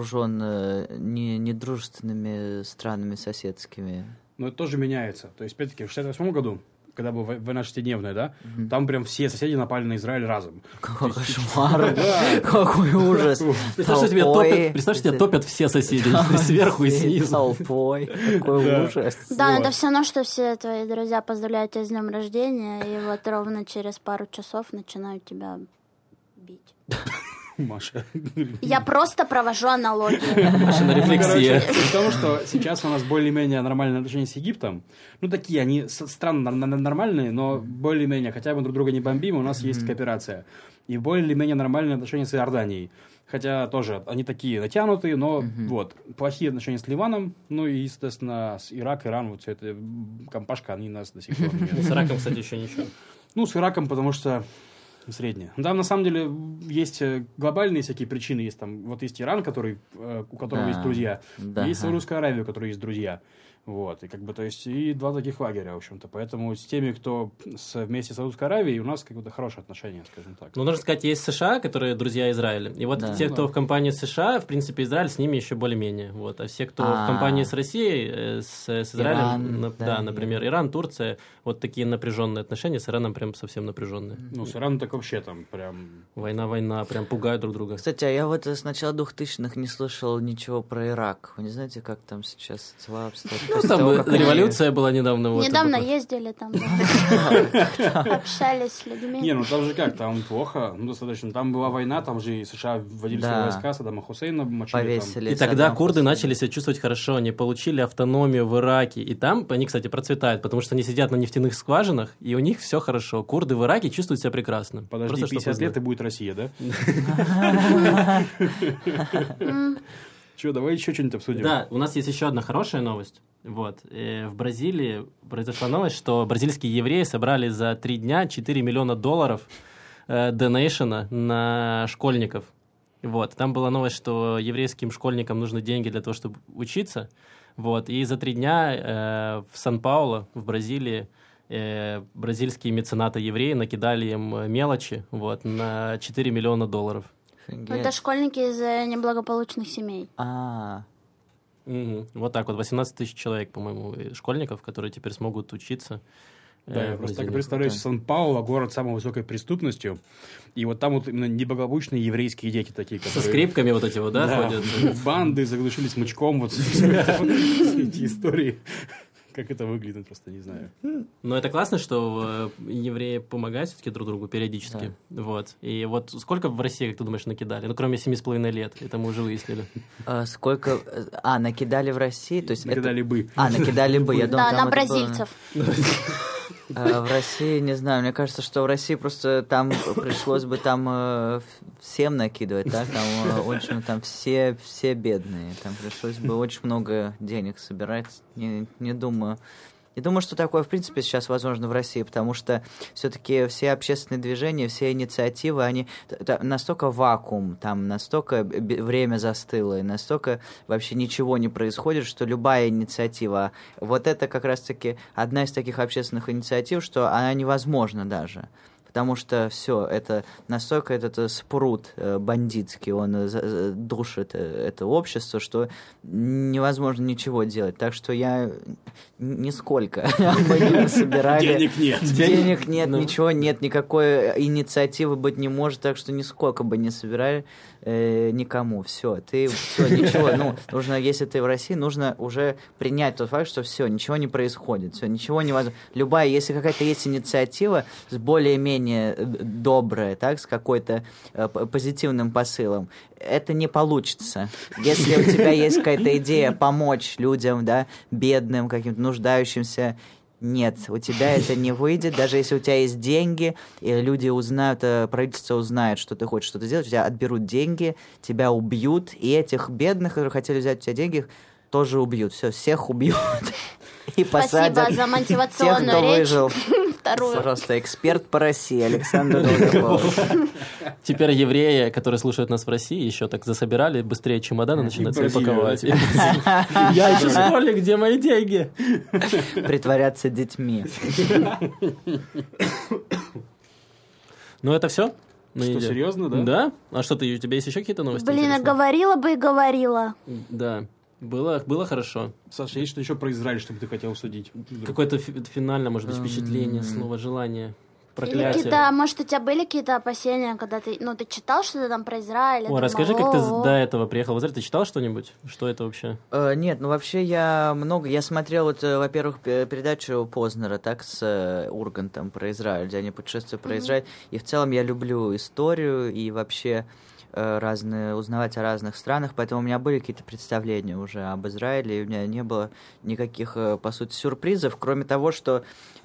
S4: недружественными странами соседскими.
S2: Но это тоже меняется. То есть, опять-таки, в 1968 году, когда была война шестидневная, да, там прям все соседи напали на Израиль разом.
S4: Какой кошмар! Какой ужас!
S1: Представь, что тебя топят все соседи, сверху и снизу.
S4: Толпой. Какой ужас.
S3: Да, но это все равно, что все твои друзья поздравляют тебя с днем рождения, и вот ровно через пару часов начинают тебя бить.
S2: Маша.
S3: Я просто провожу аналогию.
S1: Машина рефлексия.
S2: Потому что сейчас у нас более-менее нормальные отношения с Египтом. Ну, такие, они странно нормальные, но более-менее, хотя мы друг друга не бомбим, у нас есть кооперация. И более-менее нормальные отношения с Иорданией. Хотя тоже они такие натянутые, но вот. Плохие отношения с Ливаном, ну и, естественно, с Иран, вот вся эта компашка, они нас до сих пор не...
S1: С Ираком, кстати, еще ничего.
S2: Ну, с Ираком, потому что среднее. Там, на самом деле, есть глобальные всякие причины. Есть там, вот есть Иран, у которого есть друзья. Есть Саудовская Аравия, у которой есть друзья. Вот, и как бы, то есть, и два таких лагеря, в общем-то. Поэтому с теми, кто вместе с Саудовской Аравией, у нас как-то хорошие отношения, скажем так.
S1: Ну, нужно сказать, есть США, которые друзья Израиля. И вот те, кто в компании США, в принципе, Израиль с ними еще более-менее. Вот. А все, кто в компании с Россией, с Израилем, Иран, например, Иран, Турция, вот такие напряженные отношения, с Ираном прям совсем напряженные.
S2: Ну, с Ираном так вообще там прям...
S1: Война, прям пугают друг друга.
S4: Кстати, а я вот с начала 2000-х не слышал ничего про Ирак. Вы не знаете, как там сейчас дела обстоят?
S1: Ну, там революция была недавно.
S3: Недавно ездили там, общались с людьми.
S2: Не, ну там же как, там плохо, ну достаточно. Там была война, там же и США вводили свои войска, Саддама Хусейна мочили.
S4: Повесили.
S1: И тогда курды начали себя чувствовать хорошо, они получили автономию в Ираке. И там они, кстати, процветают, потому что они сидят на нефтяных скважинах, и у них все хорошо. Курды в Ираке чувствуют себя прекрасно.
S2: Подожди, просто 50 лет и будет Россия, да? Че, давай еще что-нибудь обсудим.
S1: Да, у нас есть еще одна хорошая новость. Вот. В Бразилии произошла новость, что бразильские евреи собрали за 3 дня 4 миллиона долларов донейшена на школьников. Вот. Там была новость, что еврейским школьникам нужны деньги для того, чтобы учиться. Вот. И за 3 дня в Сан-Паулу, в Бразилии, бразильские меценаты-евреи накидали им мелочи на 4 миллиона долларов.
S3: Это школьники из неблагополучных семей.
S1: Вот так вот, 18 тысяч человек, по-моему, школьников, которые теперь смогут учиться.
S2: Да, я просто так представляю, Сан-Паулу, город с самой высокой преступностью, и вот там вот именно неблагополучные еврейские дети такие, которые...
S1: Со скрипками вот эти вот, да, ходят?
S2: Банды заглушили смычком, вот все эти истории. Как это выглядит, просто не знаю.
S1: Но это классно, что евреи помогают все-таки друг другу периодически. Да. Вот. И вот сколько в России, как ты думаешь, накидали? Ну, кроме 7,5 лет, это мы уже выяснили.
S4: Сколько... накидали в России? То есть
S2: накидали бы.
S4: накидали бы, я думал,
S3: да, на бразильцев.
S4: В России, не знаю, мне кажется, что в России просто там пришлось бы там всем накидывать, да, там очень, там все бедные, там пришлось бы очень много денег собирать, не думаю. Я думаю, что такое, в принципе, сейчас возможно в России, потому что все-таки все общественные движения, все инициативы, они настолько вакуум, там настолько время застыло, и настолько вообще ничего не происходит, что любая инициатива, вот это как раз-таки одна из таких общественных инициатив, что она невозможна даже. Потому что все, это настолько этот спрут бандитский, он душит это общество, что невозможно ничего делать. Так что я нисколько мы не собирали.
S2: Денег нет.
S4: Денег нет, ничего нет, никакой инициативы быть не может, так что нисколько бы не собирали никому. Все, ничего. Ну, нужно, если ты в России, нужно уже принять тот факт, что все, ничего не происходит, все, ничего невозможно. Любая, если какая-то есть инициатива с более-менее добрая, так, с какой-то позитивным посылом, это не получится. Если у тебя есть какая-то идея помочь людям, да, бедным, каким-то нуждающимся, нет, у тебя это не выйдет, даже если у тебя есть деньги, и люди узнают, правительство узнает, что ты хочешь что-то сделать, у тебя отберут деньги, тебя убьют, и этих бедных, которые хотели взять у тебя деньги, тоже убьют. Все, всех убьют. И посадят.
S3: Спасибо за мотивационную
S4: тех, кто
S3: речь.
S4: Выжил.
S3: Вторую.
S4: Просто эксперт по России Александр Долгополов.
S1: Теперь евреи, которые слушают нас в России, еще так засобирали быстрее чемоданы, начинают свои паковать. Я еще в школе, где мои деньги?
S4: Притворяться детьми.
S1: Ну, это все?
S2: Что, серьезно, да?
S1: Да? А что, у тебя есть еще какие-то новости?
S3: Блин, а говорила бы и говорила.
S1: Да. Было хорошо.
S2: Саша, есть что еще про Израиль, что бы ты хотел судить?
S1: Какое-то финальное, может быть, впечатление, слово, желание, проклятие.
S3: Или какие-то, может, у тебя были какие-то опасения, когда ты читал что-то там про Израиль?
S1: Расскажи, как ты до этого приехал в Израиль. Ты читал что-нибудь? Что это вообще?
S4: Нет, вообще я смотрел, во-первых, передачу Познера, так, с Ургантом про Израиль, где они путешествуют про Израиль. И в целом я люблю историю и вообще узнавать о разных странах, поэтому у меня были какие-то представления уже об Израиле, и у меня не было никаких, по сути, сюрпризов, кроме того, что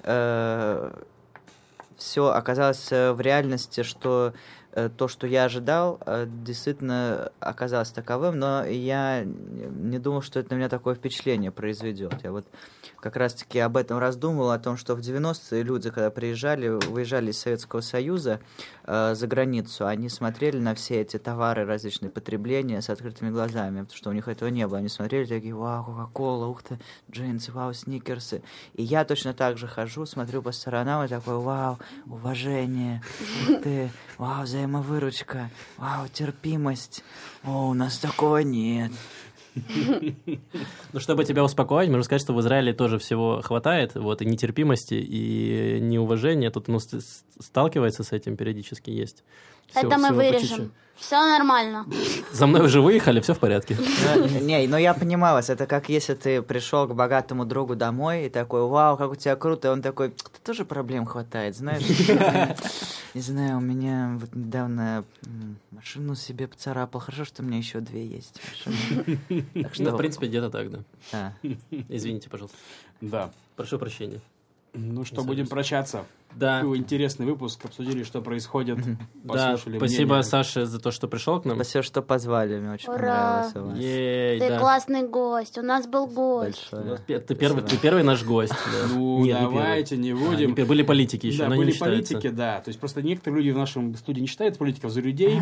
S4: все оказалось в реальности, что то, что я ожидал, действительно оказалось таковым, но я не думал, что это на меня такое впечатление произведет. Я вот как раз-таки об этом раздумывал, о том, что в 90-е люди, когда выезжали из Советского Союза за границу, они смотрели на все эти товары различные потребления с открытыми глазами, потому что у них этого не было. Они смотрели такие: вау, Кока-Кола, ух ты, джинсы, вау, сникерсы. И я точно так же хожу, смотрю по сторонам и такой: вау, уважение, ух ты, вау, взаимовыручка, вау, терпимость. О, у нас такого нет.
S1: Ну, чтобы тебя успокоить, можно сказать, что в Израиле тоже всего хватает, и нетерпимости, и неуважения. Тут сталкивается с этим периодически есть.
S3: Это мы вырежем. Все нормально.
S1: За мной уже выехали, все в порядке.
S4: Но я понимаю вас, это как если ты пришел к богатому другу домой и такой: вау, как у тебя круто, и он такой: ты тоже проблем хватает, знаешь? Не знаю, у меня вот недавно машину себе поцарапал, хорошо, что у меня еще 2 есть.
S1: В принципе, где-то так, да. Извините, пожалуйста.
S2: Да.
S1: Прошу прощения.
S2: Ну что, будем прощаться.
S1: Да.
S2: Интересный выпуск, обсудили, что происходит.
S1: Да, спасибо, Саше, за то, что пришел к нам.
S4: Спасибо, что позвали, мне очень понравилось у вас.
S3: Ты классный гость, у нас был гость.
S1: Ты первый наш гость.
S2: Ну, давайте не будем.
S1: Были политики еще,
S2: но были политики, да. То есть просто некоторые люди в нашем студии не считают политиков за людей.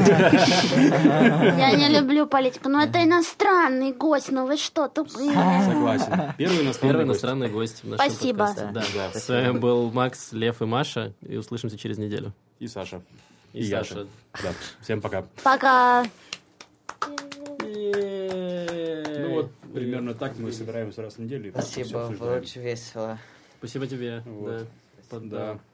S3: Я не люблю политику, но это иностранный гость, ну вы что, тупые.
S2: Согласен. Первый
S1: иностранный гость.
S3: Спасибо.
S1: С вами был Макс, Лев и Маша, и услышимся через неделю.
S2: И Саша.
S1: И Саша.
S2: Да. Всем пока.
S3: Пока.
S2: Ну вот, примерно так мы собираемся раз в неделю.
S4: Спасибо, было очень весело.
S1: Спасибо тебе.
S2: Да.